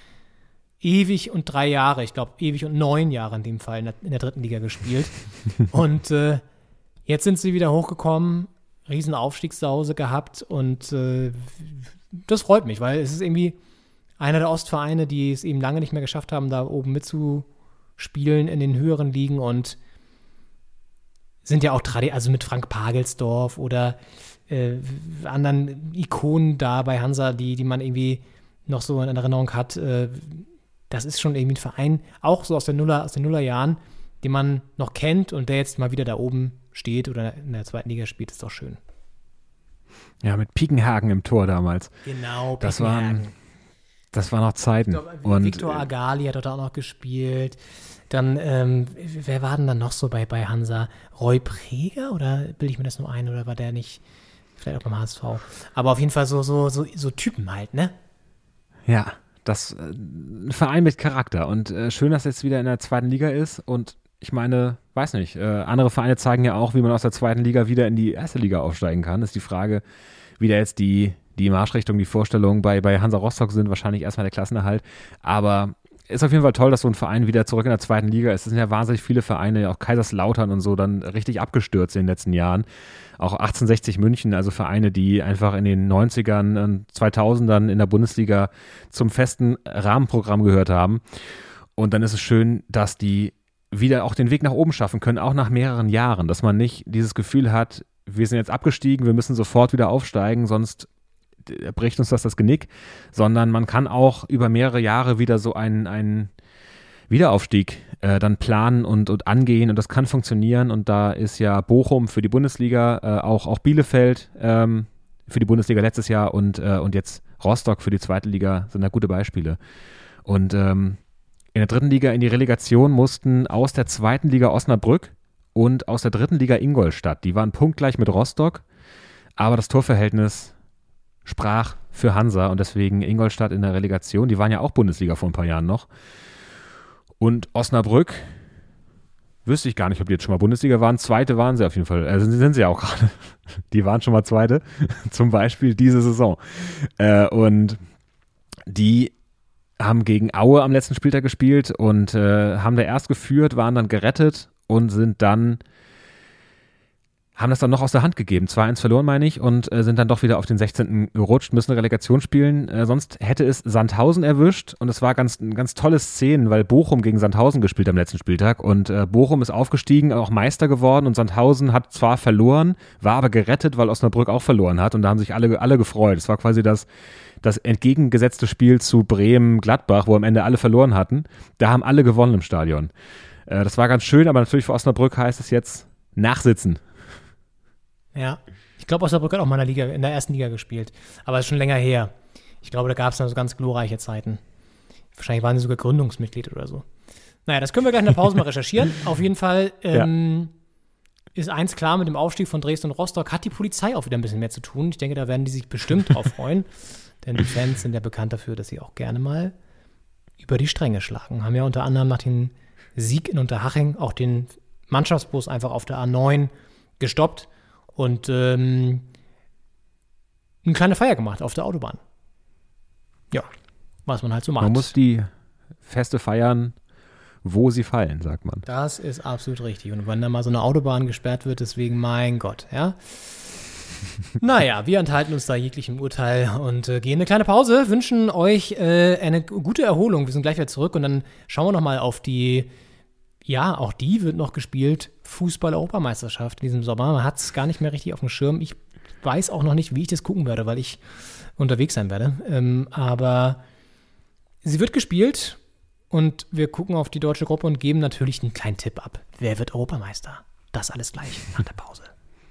ewig und drei Jahre, ich glaube, ewig und neun Jahre in dem Fall in der, in der dritten Liga gespielt. Und äh, jetzt sind sie wieder hochgekommen, riesen Aufstiegssause gehabt und äh, das freut mich, weil es ist irgendwie einer der Ostvereine, die es eben lange nicht mehr geschafft haben, da oben mitzuspielen in den höheren Ligen und sind ja auch tradi- also mit Frank Pagelsdorf oder äh, anderen Ikonen da bei Hansa, die, die man irgendwie noch so in Erinnerung hat. Äh, das ist schon irgendwie ein Verein, auch so aus, der Nuller, aus den Nullerjahren, den man noch kennt und der jetzt mal wieder da oben steht oder in der zweiten Liga spielt, ist doch schön. Ja, mit Piekenhagen im Tor damals. Genau, Das waren, das waren noch Zeiten. Und Victor Agali hat dort auch noch gespielt. Dann, ähm, wer war denn dann noch so bei, bei Hansa? Roy Preger oder bilde ich mir das nur ein oder war der nicht, vielleicht auch beim H S V? Aber auf jeden Fall so, so, so, so Typen halt, ne? Ja, das äh, ein Verein mit Charakter und äh, schön, dass er jetzt wieder in der zweiten Liga ist und ich meine, weiß nicht, äh, andere Vereine zeigen ja auch, wie man aus der zweiten Liga wieder in die erste Liga aufsteigen kann. Das ist die Frage, wie da jetzt die, die Marschrichtung, die Vorstellungen bei, bei Hansa Rostock sind, wahrscheinlich erstmal der Klassenerhalt, aber ist auf jeden Fall toll, dass so ein Verein wieder zurück in der zweiten Liga ist. Es sind ja wahnsinnig viele Vereine, auch Kaiserslautern und so, dann richtig abgestürzt in den letzten Jahren. Auch achtzehnhundertsechzig München, also Vereine, die einfach in den neunzigern und zweitausendern in der Bundesliga zum festen Rahmenprogramm gehört haben. Und dann ist es schön, dass die wieder auch den Weg nach oben schaffen können, auch nach mehreren Jahren, dass man nicht dieses Gefühl hat, wir sind jetzt abgestiegen, wir müssen sofort wieder aufsteigen, sonst bricht uns das das Genick, sondern man kann auch über mehrere Jahre wieder so einen, einen Wiederaufstieg äh, dann planen und, und angehen und das kann funktionieren und da ist ja Bochum für die Bundesliga, äh, auch, auch Bielefeld ähm, für die Bundesliga letztes Jahr und, äh, und jetzt Rostock für die zweite Liga sind da gute Beispiele. Und ähm, in der dritten Liga in die Relegation mussten aus der zweiten Liga Osnabrück und aus der dritten Liga Ingolstadt. Die waren punktgleich mit Rostock, aber das Torverhältnis sprach für Hansa und deswegen Ingolstadt in der Relegation. Die waren ja auch Bundesliga vor ein paar Jahren noch. Und Osnabrück, wüsste ich gar nicht, ob die jetzt schon mal Bundesliga waren. Zweite waren sie auf jeden Fall. Also sind sie ja auch gerade. Die waren schon mal Zweite, zum Beispiel diese Saison. Äh, und die haben gegen Aue am letzten Spieltag gespielt und äh, haben da erst geführt, waren dann gerettet und sind dann haben das dann noch aus der Hand gegeben. zwei eins verloren, meine ich, und äh, sind dann doch wieder auf den sechzehnten gerutscht, müssen eine Relegation spielen. Äh, sonst hätte es Sandhausen erwischt und es war ganz, ein ganz tolle Szenen, weil Bochum gegen Sandhausen gespielt am letzten Spieltag und äh, Bochum ist aufgestiegen, auch Meister geworden und Sandhausen hat zwar verloren, war aber gerettet, weil Osnabrück auch verloren hat und da haben sich alle, alle gefreut. Es war quasi das, das entgegengesetzte Spiel zu Bremen-Gladbach, wo am Ende alle verloren hatten. Da haben alle gewonnen im Stadion. Äh, das war ganz schön, aber natürlich für Osnabrück heißt es jetzt nachsitzen. Ja, ich glaube, Osnabrück hat auch mal in der Liga, in der ersten Liga gespielt, aber es ist schon länger her. Ich glaube, da gab es dann so ganz glorreiche Zeiten. Wahrscheinlich waren sie sogar Gründungsmitglied oder so. Naja, das können wir gleich in der Pause mal recherchieren. Auf jeden Fall ähm, ja. ist eins klar, mit dem Aufstieg von Dresden und Rostock hat die Polizei auch wieder ein bisschen mehr zu tun. Ich denke, da werden die sich bestimmt drauf freuen, denn die Fans sind ja bekannt dafür, dass sie auch gerne mal über die Stränge schlagen. Haben ja unter anderem nach dem Sieg in Unterhaching auch den Mannschaftsbus einfach auf der A neun gestoppt und ähm, eine kleine Feier gemacht auf der Autobahn. Ja, was man halt so macht. Man muss die Feste feiern, wo sie fallen, sagt man. Das ist absolut richtig. Und wenn da mal so eine Autobahn gesperrt wird, deswegen, mein Gott, ja. Naja, wir enthalten uns da jeglichem Urteil und äh, gehen eine kleine Pause, wünschen euch äh, eine gute Erholung. Wir sind gleich wieder zurück und dann schauen wir nochmal auf die, ja, auch die wird noch gespielt, Fußball-Europameisterschaft in diesem Sommer. Man hat es gar nicht mehr richtig auf dem Schirm. Ich weiß auch noch nicht, wie ich das gucken werde, weil ich unterwegs sein werde. Ähm, aber sie wird gespielt und wir gucken auf die deutsche Gruppe und geben natürlich einen kleinen Tipp ab. Wer wird Europameister? Das alles gleich nach der Pause.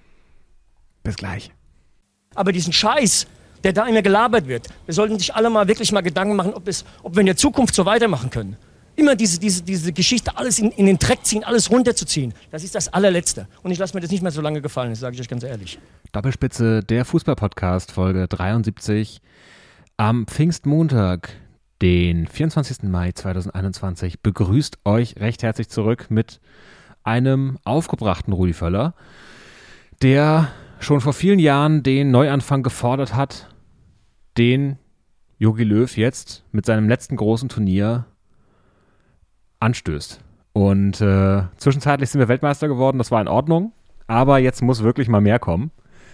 Bis gleich. Aber diesen Scheiß, der da immer gelabert wird, wir sollten sich alle mal wirklich mal Gedanken machen, ob, es, ob wir in der Zukunft so weitermachen können. Immer diese, diese, diese Geschichte, alles in, in den Dreck ziehen, alles runterzuziehen, das ist das allerletzte. Und ich lasse mir das nicht mehr so lange gefallen, das sage ich euch ganz ehrlich. Doppelspitze, der Fußball-Podcast, Folge dreiundsiebzig, am Pfingstmontag, den vierundzwanzigsten Mai zweitausendeinundzwanzig, begrüßt euch recht herzlich zurück mit einem aufgebrachten Rudi Völler, der schon vor vielen Jahren den Neuanfang gefordert hat, den Jogi Löw jetzt mit seinem letzten großen Turnier anstößt. Und äh, zwischenzeitlich sind wir Weltmeister geworden, das war in Ordnung, aber jetzt muss wirklich mal mehr kommen.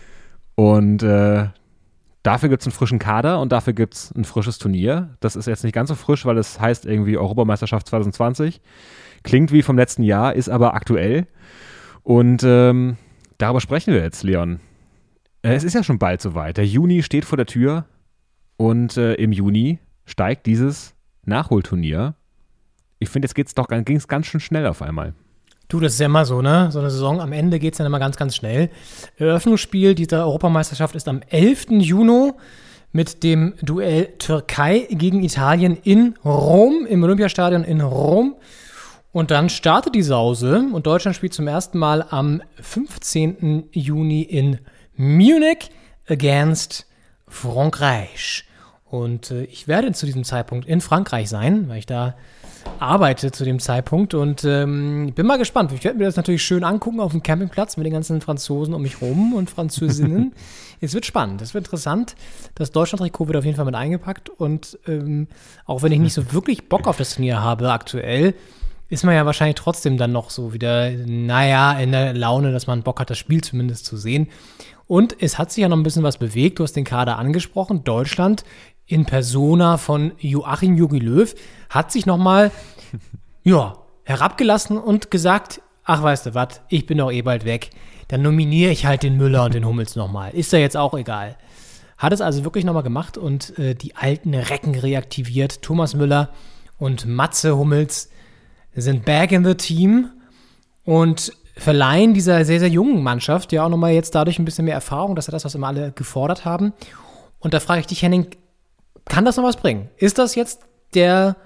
Und äh, dafür gibt es einen frischen Kader und dafür gibt es ein frisches Turnier. Das ist jetzt nicht ganz so frisch, weil es heißt irgendwie Europameisterschaft zwanzig zwanzig. Klingt wie vom letzten Jahr, ist aber aktuell. Und ähm, darüber sprechen wir jetzt, Leon. Äh, es ist ja schon bald soweit. Der Juni steht vor der Tür und äh, im Juni steigt dieses Nachholturnier. Ich finde, jetzt geht's doch ging es ganz schön schnell auf einmal. Du, das ist ja immer so, ne? So eine Saison, am Ende geht es dann immer ganz, ganz schnell. Eröffnungsspiel dieser Europameisterschaft ist am elften Juni mit dem Duell Türkei gegen Italien in Rom, im Olympiastadion in Rom. Und dann startet die Sause und Deutschland spielt zum ersten Mal am fünfzehnten Juni in Munich against Frankreich. Und äh, ich werde zu diesem Zeitpunkt in Frankreich sein, weil ich da arbeite zu dem Zeitpunkt und ähm, bin mal gespannt. Ich werde mir das natürlich schön angucken auf dem Campingplatz mit den ganzen Franzosen um mich rum und Französinnen. Es wird spannend, es wird interessant. Das Deutschland-Trikot wird auf jeden Fall mit eingepackt und ähm, auch wenn ich nicht so wirklich Bock auf das Turnier habe aktuell, ist man ja wahrscheinlich trotzdem dann noch so wieder, naja, in der Laune, dass man Bock hat, das Spiel zumindest zu sehen. Und es hat sich ja noch ein bisschen was bewegt. Du hast den Kader angesprochen. Deutschland in Persona von Joachim Jogi Löw hat sich nochmal ja, herabgelassen und gesagt, ach, weißt du was, ich bin doch eh bald weg. Dann nominiere ich halt den Müller und den Hummels nochmal. Ist ja jetzt auch egal. Hat es also wirklich nochmal gemacht und äh, die alten Recken reaktiviert. Thomas Müller und Matze Hummels sind back in the team und verleihen dieser sehr, sehr jungen Mannschaft ja auch nochmal jetzt dadurch ein bisschen mehr Erfahrung. Das ist das, was immer alle gefordert haben. Und da frage ich dich, Henning, kann das noch was bringen? Ist das jetzt der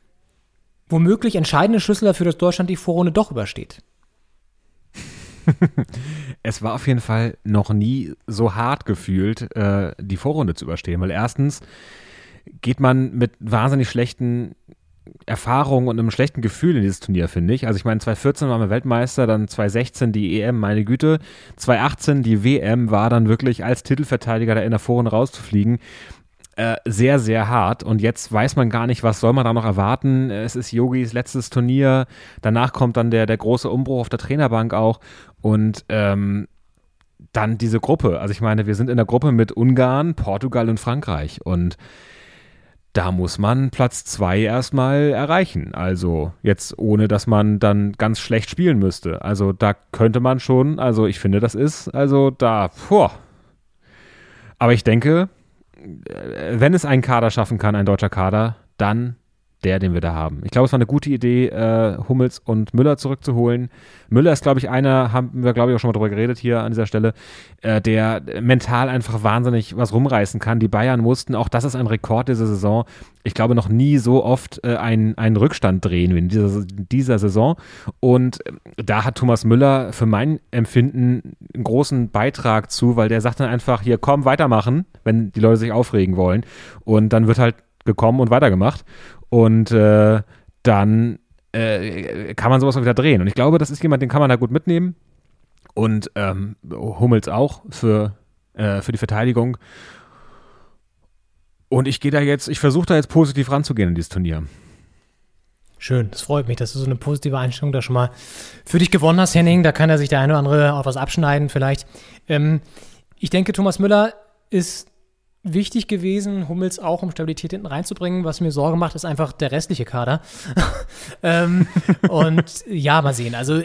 womöglich entscheidende Schlüssel dafür, dass Deutschland die Vorrunde doch übersteht? Es war auf jeden Fall noch nie so hart gefühlt, äh, die Vorrunde zu überstehen, weil erstens geht man mit wahnsinnig schlechten Erfahrungen und einem schlechten Gefühl in dieses Turnier, finde ich. Also ich meine, zwanzig vierzehn waren wir Weltmeister, dann zwanzig sechzehn die E M, meine Güte. zwanzig achtzehn die W M war dann wirklich als Titelverteidiger da in der Vorrunde rauszufliegen. äh, sehr, sehr hart. Und jetzt weiß man gar nicht, was soll man da noch erwarten. Es ist Yogis letztes Turnier. Danach kommt dann der, der große Umbruch auf der Trainerbank auch. Und ähm, dann diese Gruppe. Also ich meine, wir sind in der Gruppe mit Ungarn, Portugal und Frankreich. Und da muss man Platz zwei erstmal erreichen. Also jetzt ohne, dass man dann ganz schlecht spielen müsste. Also da könnte man schon, also ich finde, das ist, also da, boah. Aber ich denke, wenn es einen Kader schaffen kann, ein deutscher Kader, dann der, den wir da haben. Ich glaube, es war eine gute Idee, äh, Hummels und Müller zurückzuholen. Müller ist, glaube ich, einer, haben wir, glaube ich, auch schon mal drüber geredet hier an dieser Stelle, äh, der mental einfach wahnsinnig was rumreißen kann. Die Bayern mussten, auch das ist ein Rekord dieser Saison, ich glaube, noch nie so oft äh, einen, einen Rückstand drehen wie in dieser, dieser Saison. Und äh, da hat Thomas Müller für mein Empfinden einen großen Beitrag zu, weil der sagt dann einfach, hier, komm, weitermachen, wenn die Leute sich aufregen wollen. Und dann wird halt gekommen und weitergemacht. Und äh, dann äh, kann man sowas auch wieder drehen. Und ich glaube, das ist jemand, den kann man da gut mitnehmen. Und ähm, Hummels auch für, äh, für die Verteidigung. Und ich gehe da jetzt, ich versuche da jetzt positiv ranzugehen in dieses Turnier. Schön, das freut mich, dass du so eine positive Einstellung da schon mal für dich gewonnen hast, Henning. Da kann er sich der eine oder andere auch was abschneiden vielleicht. Ähm, ich denke, Thomas Müller ist wichtig gewesen, Hummels auch, um Stabilität hinten reinzubringen. Was mir Sorge macht, ist einfach der restliche Kader. ähm, und ja, mal sehen. Also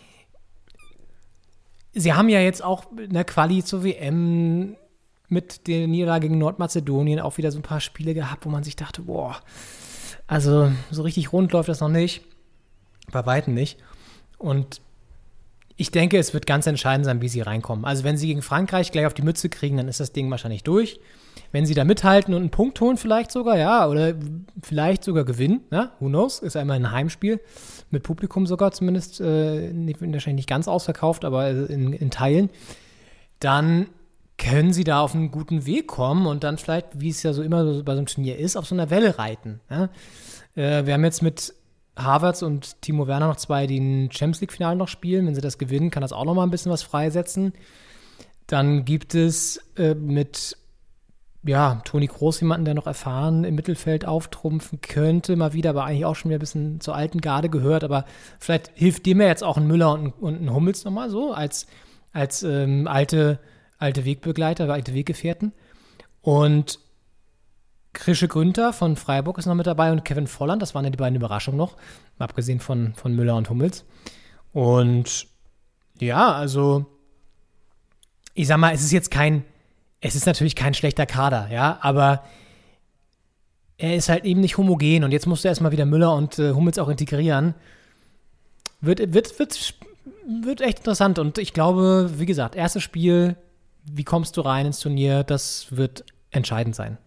sie haben ja jetzt auch eine Quali zur W M mit der Niederlage gegen Nordmazedonien auch wieder so ein paar Spiele gehabt, wo man sich dachte, boah, also so richtig rund läuft das noch nicht. Bei Weitem nicht. Und ich denke, es wird ganz entscheidend sein, wie sie reinkommen. Also wenn sie gegen Frankreich gleich auf die Mütze kriegen, dann ist das Ding wahrscheinlich durch. Wenn sie da mithalten und einen Punkt holen vielleicht sogar, ja, oder vielleicht sogar gewinnen, ja, who knows, ist einmal ein Heimspiel, mit Publikum sogar zumindest, äh, nicht, wahrscheinlich nicht ganz ausverkauft, aber in, in Teilen, dann können sie da auf einen guten Weg kommen und dann vielleicht, wie es ja so immer so bei so einem Turnier ist, auf so einer Welle reiten. Ja? Äh, wir haben jetzt mit Havertz und Timo Werner noch zwei, die ein Champions-League-Finale noch spielen. Wenn sie das gewinnen, kann das auch noch mal ein bisschen was freisetzen. Dann gibt es äh, mit ja, Toni Kroos jemanden, der noch erfahren im Mittelfeld auftrumpfen könnte, mal wieder, aber eigentlich auch schon wieder ein bisschen zur alten Garde gehört. Aber vielleicht hilft dem ja jetzt auch ein Müller und ein, und ein Hummels nochmal so, als, als ähm, alte, alte Wegbegleiter, alte Weggefährten. Und Krische Günther von Freiburg ist noch mit dabei und Kevin Volland, das waren ja die beiden Überraschungen noch, abgesehen von, von Müller und Hummels. Und ja, also ich sag mal, es ist jetzt kein, es ist natürlich kein schlechter Kader, ja, aber er ist halt eben nicht homogen und jetzt musst du erstmal wieder Müller und äh, Hummels auch integrieren. Wird, wird, wird, wird echt interessant und ich glaube, wie gesagt, erstes Spiel, wie kommst du rein ins Turnier, das wird entscheidend sein.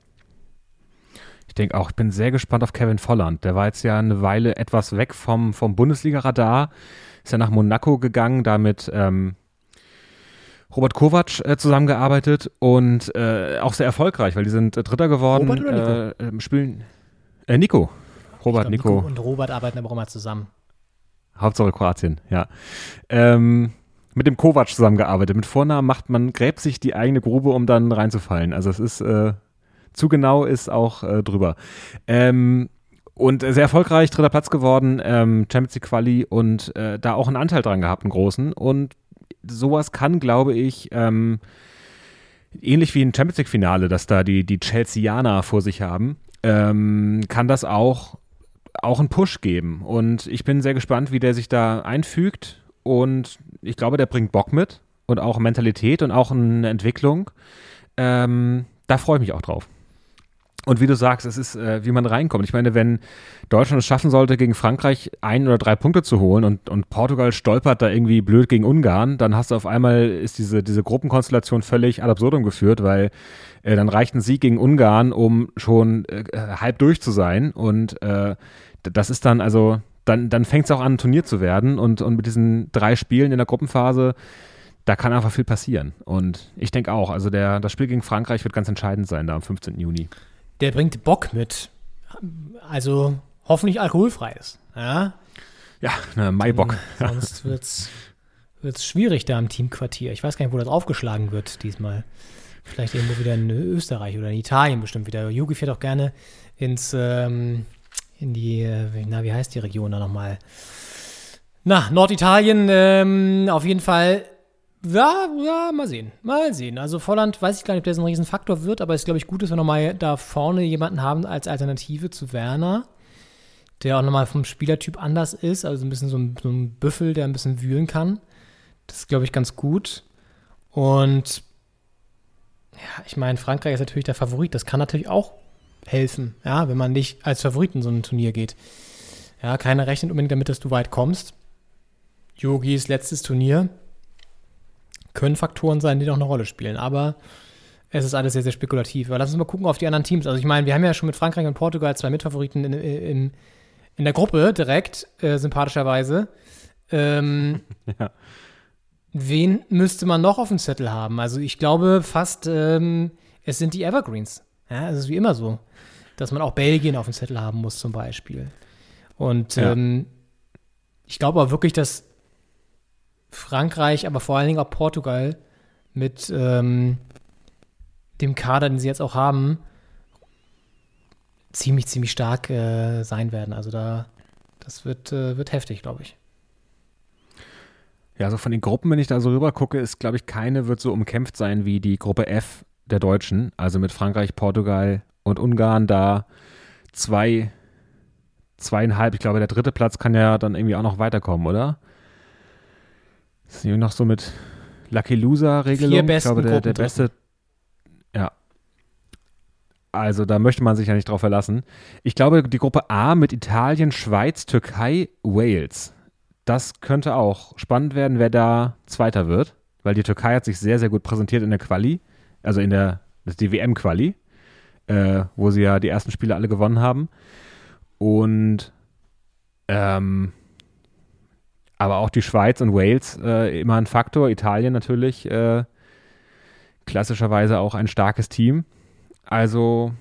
Ich denke auch, ich bin sehr gespannt auf Kevin Volland. Der war jetzt ja eine Weile etwas weg vom, vom Bundesliga-Radar. Ist ja nach Monaco gegangen, da mit ähm, Robert Kovac äh, zusammengearbeitet und äh, auch sehr erfolgreich, weil die sind äh, Dritter geworden. Robert oder Nico? Äh, spielen, äh, Nico. Robert, glaub, Nico. Nico und Robert arbeiten aber auch mal zusammen. Hauptsache Kroatien, ja. Ähm, mit dem Kovac zusammengearbeitet. Mit Vornamen macht man, gräbt sich die eigene Grube, um dann reinzufallen. Also es ist äh, zu genau ist auch äh, drüber. Ähm, und sehr erfolgreich, dritter Platz geworden, ähm, Champions League Quali und äh, da auch einen Anteil dran gehabt, einen großen. Und sowas kann, glaube ich, ähm, ähnlich wie ein Champions League Finale, das da die, die Chelseaner vor sich haben, ähm, kann das auch, auch einen Push geben. Und ich bin sehr gespannt, wie der sich da einfügt. Und ich glaube, der bringt Bock mit und auch Mentalität und auch eine Entwicklung. Ähm, da freue ich mich auch drauf. Und wie du sagst, es ist, äh, wie man reinkommt. Ich meine, wenn Deutschland es schaffen sollte, gegen Frankreich ein oder drei Punkte zu holen und, und Portugal stolpert da irgendwie blöd gegen Ungarn, dann hast du auf einmal, ist diese, diese Gruppenkonstellation völlig ad absurdum geführt, weil äh, dann reicht ein Sieg gegen Ungarn, um schon äh, halb durch zu sein. Und äh, das ist dann, also, dann, dann fängt es auch an, ein Turnier zu werden. Und, und mit diesen drei Spielen in der Gruppenphase, da kann einfach viel passieren. Und ich denke auch, also der, das Spiel gegen Frankreich wird ganz entscheidend sein, da am fünfzehnten Juni. Der bringt Bock mit. Also hoffentlich alkoholfreies. Ja, ja ne, Maibock. Denn sonst wird es schwierig da im Teamquartier. Ich weiß gar nicht, wo das aufgeschlagen wird diesmal. Vielleicht irgendwo wieder in Österreich oder in Italien bestimmt wieder. Jogi fährt auch gerne ins, ähm, in die, na, wie heißt die Region da nochmal? Na, Norditalien, ähm, auf jeden Fall. Ja, ja, mal sehen. Mal sehen. Also Volland, weiß ich gar nicht, ob der so ein Riesenfaktor wird, aber es ist, glaube ich, gut, dass wir nochmal da vorne jemanden haben als Alternative zu Werner, der auch nochmal vom Spielertyp anders ist, also ein bisschen so ein, so ein Büffel, der ein bisschen wühlen kann. Das ist, glaube ich, ganz gut. Und ja, ich meine, Frankreich ist natürlich der Favorit. Das kann natürlich auch helfen, ja, wenn man nicht als Favorit in so ein Turnier geht. Ja, keiner rechnet unbedingt damit, dass du weit kommst. Jogis letztes Turnier können Faktoren sein, die noch eine Rolle spielen. Aber es ist alles sehr, sehr spekulativ. Aber lass uns mal gucken auf die anderen Teams. Also ich meine, wir haben ja schon mit Frankreich und Portugal zwei Mitfavoriten in, in, in der Gruppe direkt, äh, sympathischerweise. Ähm, ja. Wen müsste man noch auf dem Zettel haben? Also ich glaube fast, ähm, es sind die Evergreens. Ja, es ist wie immer so, dass man auch Belgien auf dem Zettel haben muss zum Beispiel. Und ja. ähm, ich glaube auch wirklich, dass Frankreich, aber vor allen Dingen auch Portugal mit ähm, dem Kader, den sie jetzt auch haben, ziemlich, ziemlich stark äh, sein werden. Also da, das wird, äh, wird heftig, glaube ich. Ja, also von den Gruppen, wenn ich da so rüber gucke, ist, glaube ich, keine wird so umkämpft sein wie die Gruppe F der Deutschen. Also mit Frankreich, Portugal und Ungarn da zwei, zweieinhalb. Ich glaube, der dritte Platz kann ja dann irgendwie auch noch weiterkommen, oder? Das ist irgendwie noch so mit Lucky Loser-Regelung. Vier besten ich glaube, der, der beste. Ja. Also da möchte man sich ja nicht drauf verlassen. Ich glaube, die Gruppe A mit Italien, Schweiz, Türkei, Wales. Das könnte auch spannend werden, wer da Zweiter wird, weil die Türkei hat sich sehr, sehr gut präsentiert in der Quali, also in der, das ist die W M-Quali, äh, wo sie ja die ersten Spiele alle gewonnen haben. Und ähm, aber auch die Schweiz und Wales äh, immer ein Faktor, Italien natürlich äh, klassischerweise auch ein starkes Team. Also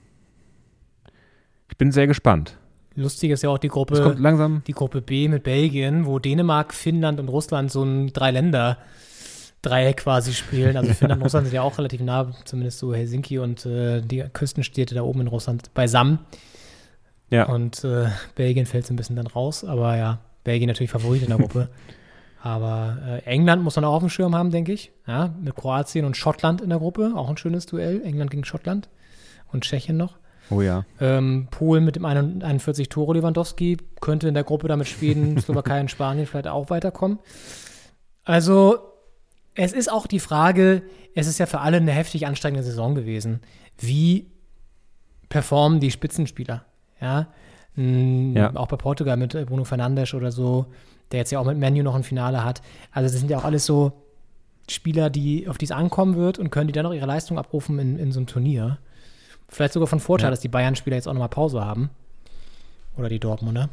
ich bin sehr gespannt. Lustig ist ja auch die Gruppe, kommt langsam. die Gruppe B mit Belgien, wo Dänemark, Finnland und Russland so ein Drei-Länder-Dreieck quasi spielen. Also Finnland und Russland sind ja auch relativ nah, zumindest so Helsinki und äh, die Küstenstädte da oben in Russland beisammen. Ja. Und äh, Belgien fällt so ein bisschen dann raus, aber ja, Belgien natürlich Favorit in der Gruppe. Aber äh, England muss man auch auf dem Schirm haben, denke ich. Ja, mit Kroatien und Schottland in der Gruppe, auch ein schönes Duell. England gegen Schottland und Tschechien noch. Oh ja. Ähm, Polen mit dem einundvierzig Tore Lewandowski könnte in der Gruppe damit Schweden, Slowakei und Spanien vielleicht auch weiterkommen. Also es ist auch die Frage, es ist ja für alle eine heftig anstrengende Saison gewesen. Wie performen die Spitzenspieler? Ja, mhm, ja. Auch bei Portugal mit Bruno Fernandes oder so, der jetzt ja auch mit Man U noch ein Finale hat. Also das sind ja auch alles so Spieler, die, auf die es ankommen wird und können die dann noch ihre Leistung abrufen in, in so einem Turnier. Vielleicht sogar von Vorteil, ja. dass die Bayern-Spieler jetzt auch nochmal Pause haben. Oder die Dortmunder.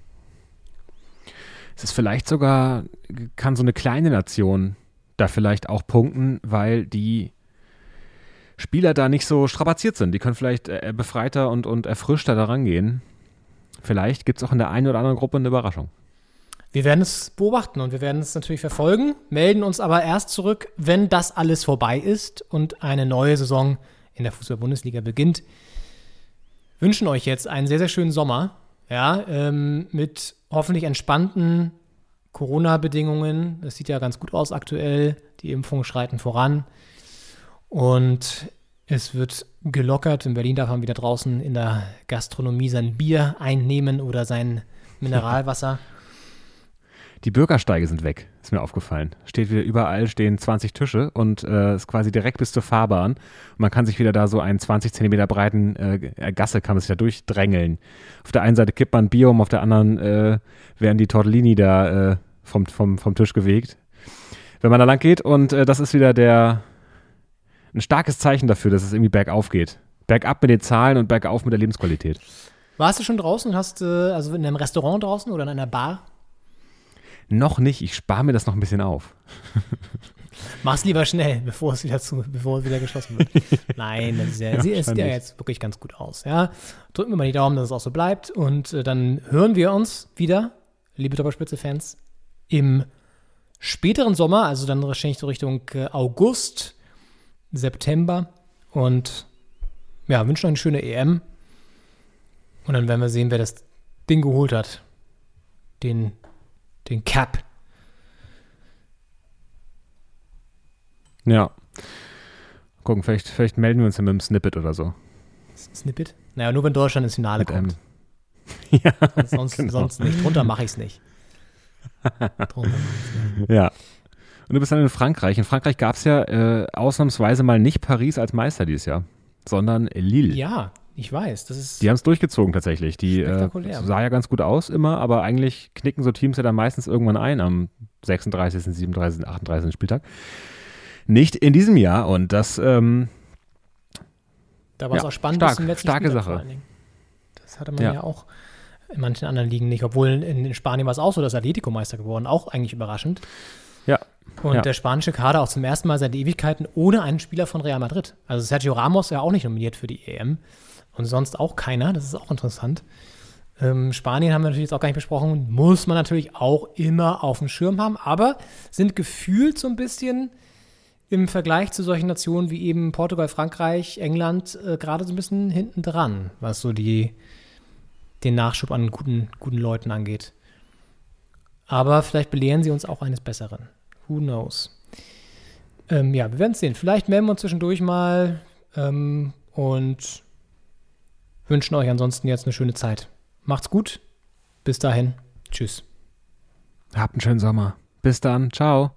Es ist vielleicht sogar, kann so eine kleine Nation da vielleicht auch punkten, weil die Spieler da nicht so strapaziert sind. Die können vielleicht äh, befreiter und, und erfrischter da rangehen. Vielleicht gibt es auch in der einen oder anderen Gruppe eine Überraschung. Wir werden es beobachten und wir werden es natürlich verfolgen, melden uns aber erst zurück, wenn das alles vorbei ist und eine neue Saison in der Fußball-Bundesliga beginnt. Wünschen euch jetzt einen sehr, sehr schönen Sommer, ja, ähm, mit hoffentlich entspannten Corona-Bedingungen. Das sieht ja ganz gut aus aktuell. Die Impfungen schreiten voran und es wird gelockert. In Berlin darf man wieder draußen in der Gastronomie sein Bier einnehmen oder sein Mineralwasser. Die Bürgersteige sind weg, ist mir aufgefallen. Steht wieder überall, stehen zwanzig Tische und äh, ist quasi direkt bis zur Fahrbahn. Und man kann sich wieder da so einen zwanzig Zentimeter breiten äh, Gasse, kann man sich da durchdrängeln. Auf der einen Seite kippt man Bier um, auf der anderen äh, werden die Tortellini da äh, vom, vom, vom Tisch gewegt. Wenn man da lang geht und äh, das ist wieder der ein starkes Zeichen dafür, dass es irgendwie bergauf geht. Bergab mit den Zahlen und bergauf mit der Lebensqualität. Warst du schon draußen? Hast du also in einem Restaurant draußen oder in einer Bar? Noch nicht, ich spare mir das noch ein bisschen auf. Mach's lieber schnell, bevor es wieder, zu, bevor es wieder geschlossen wird. Nein, das ist ja, ja, sie sieht ja jetzt wirklich ganz gut aus. Ja? Drücken wir mal die Daumen, dass es auch so bleibt. Und äh, dann hören wir uns wieder, liebe Doppelspitze-Fans, im späteren Sommer, also dann wahrscheinlich so Richtung äh, August, September und ja, wünschen euch eine schöne E M. Und dann werden wir sehen, wer das Ding geholt hat. Den, den Cap. Ja. Gucken, vielleicht, vielleicht melden wir uns ja mit einem Snippet oder so. Snippet? Naja, nur wenn Deutschland ins Finale Mit kommt. einem- ja, Sonst, genau. sonst nicht. Drunter mache ich es nicht. Drunter mache ich nicht. Ja. Und du bist dann in Frankreich. In Frankreich gab es ja äh, ausnahmsweise mal nicht Paris als Meister dieses Jahr, sondern Lille. Ja, ich weiß. Das ist Die haben es durchgezogen tatsächlich. Die äh, Spektakulär. sah ja ganz gut aus immer, aber eigentlich knicken so Teams ja dann meistens irgendwann ein am sechsunddreißigsten, siebenunddreißigsten, achtunddreißigsten Spieltag. Nicht in diesem Jahr und das ähm, Da war es Ja, auch spannend stark, bis zum letzten starke Spieltag Sache. vor allen Dingen. Das hatte man ja. Ja. auch in manchen anderen Ligen nicht. Obwohl in, in Spanien war es auch so, dass Atletico Meister geworden. Auch eigentlich überraschend. ja. Und Ja. der spanische Kader auch zum ersten Mal seit Ewigkeiten ohne einen Spieler von Real Madrid. Also Sergio Ramos ja auch nicht nominiert für die E M. Und sonst auch keiner. Das ist auch interessant. Ähm, Spanien haben wir natürlich jetzt auch gar nicht besprochen. Muss man natürlich auch immer auf dem Schirm haben. Aber sind gefühlt so ein bisschen im Vergleich zu solchen Nationen wie eben Portugal, Frankreich, England äh, gerade so ein bisschen hinten dran, was so die, den Nachschub an guten, guten Leuten angeht. Aber vielleicht belehren sie uns auch eines Besseren. Who knows? Ähm, ja, wir werden es sehen. Vielleicht melden wir uns zwischendurch mal ähm, und wünschen euch ansonsten jetzt eine schöne Zeit. Macht's gut. Bis dahin. Tschüss. Habt einen schönen Sommer. Bis dann. Ciao.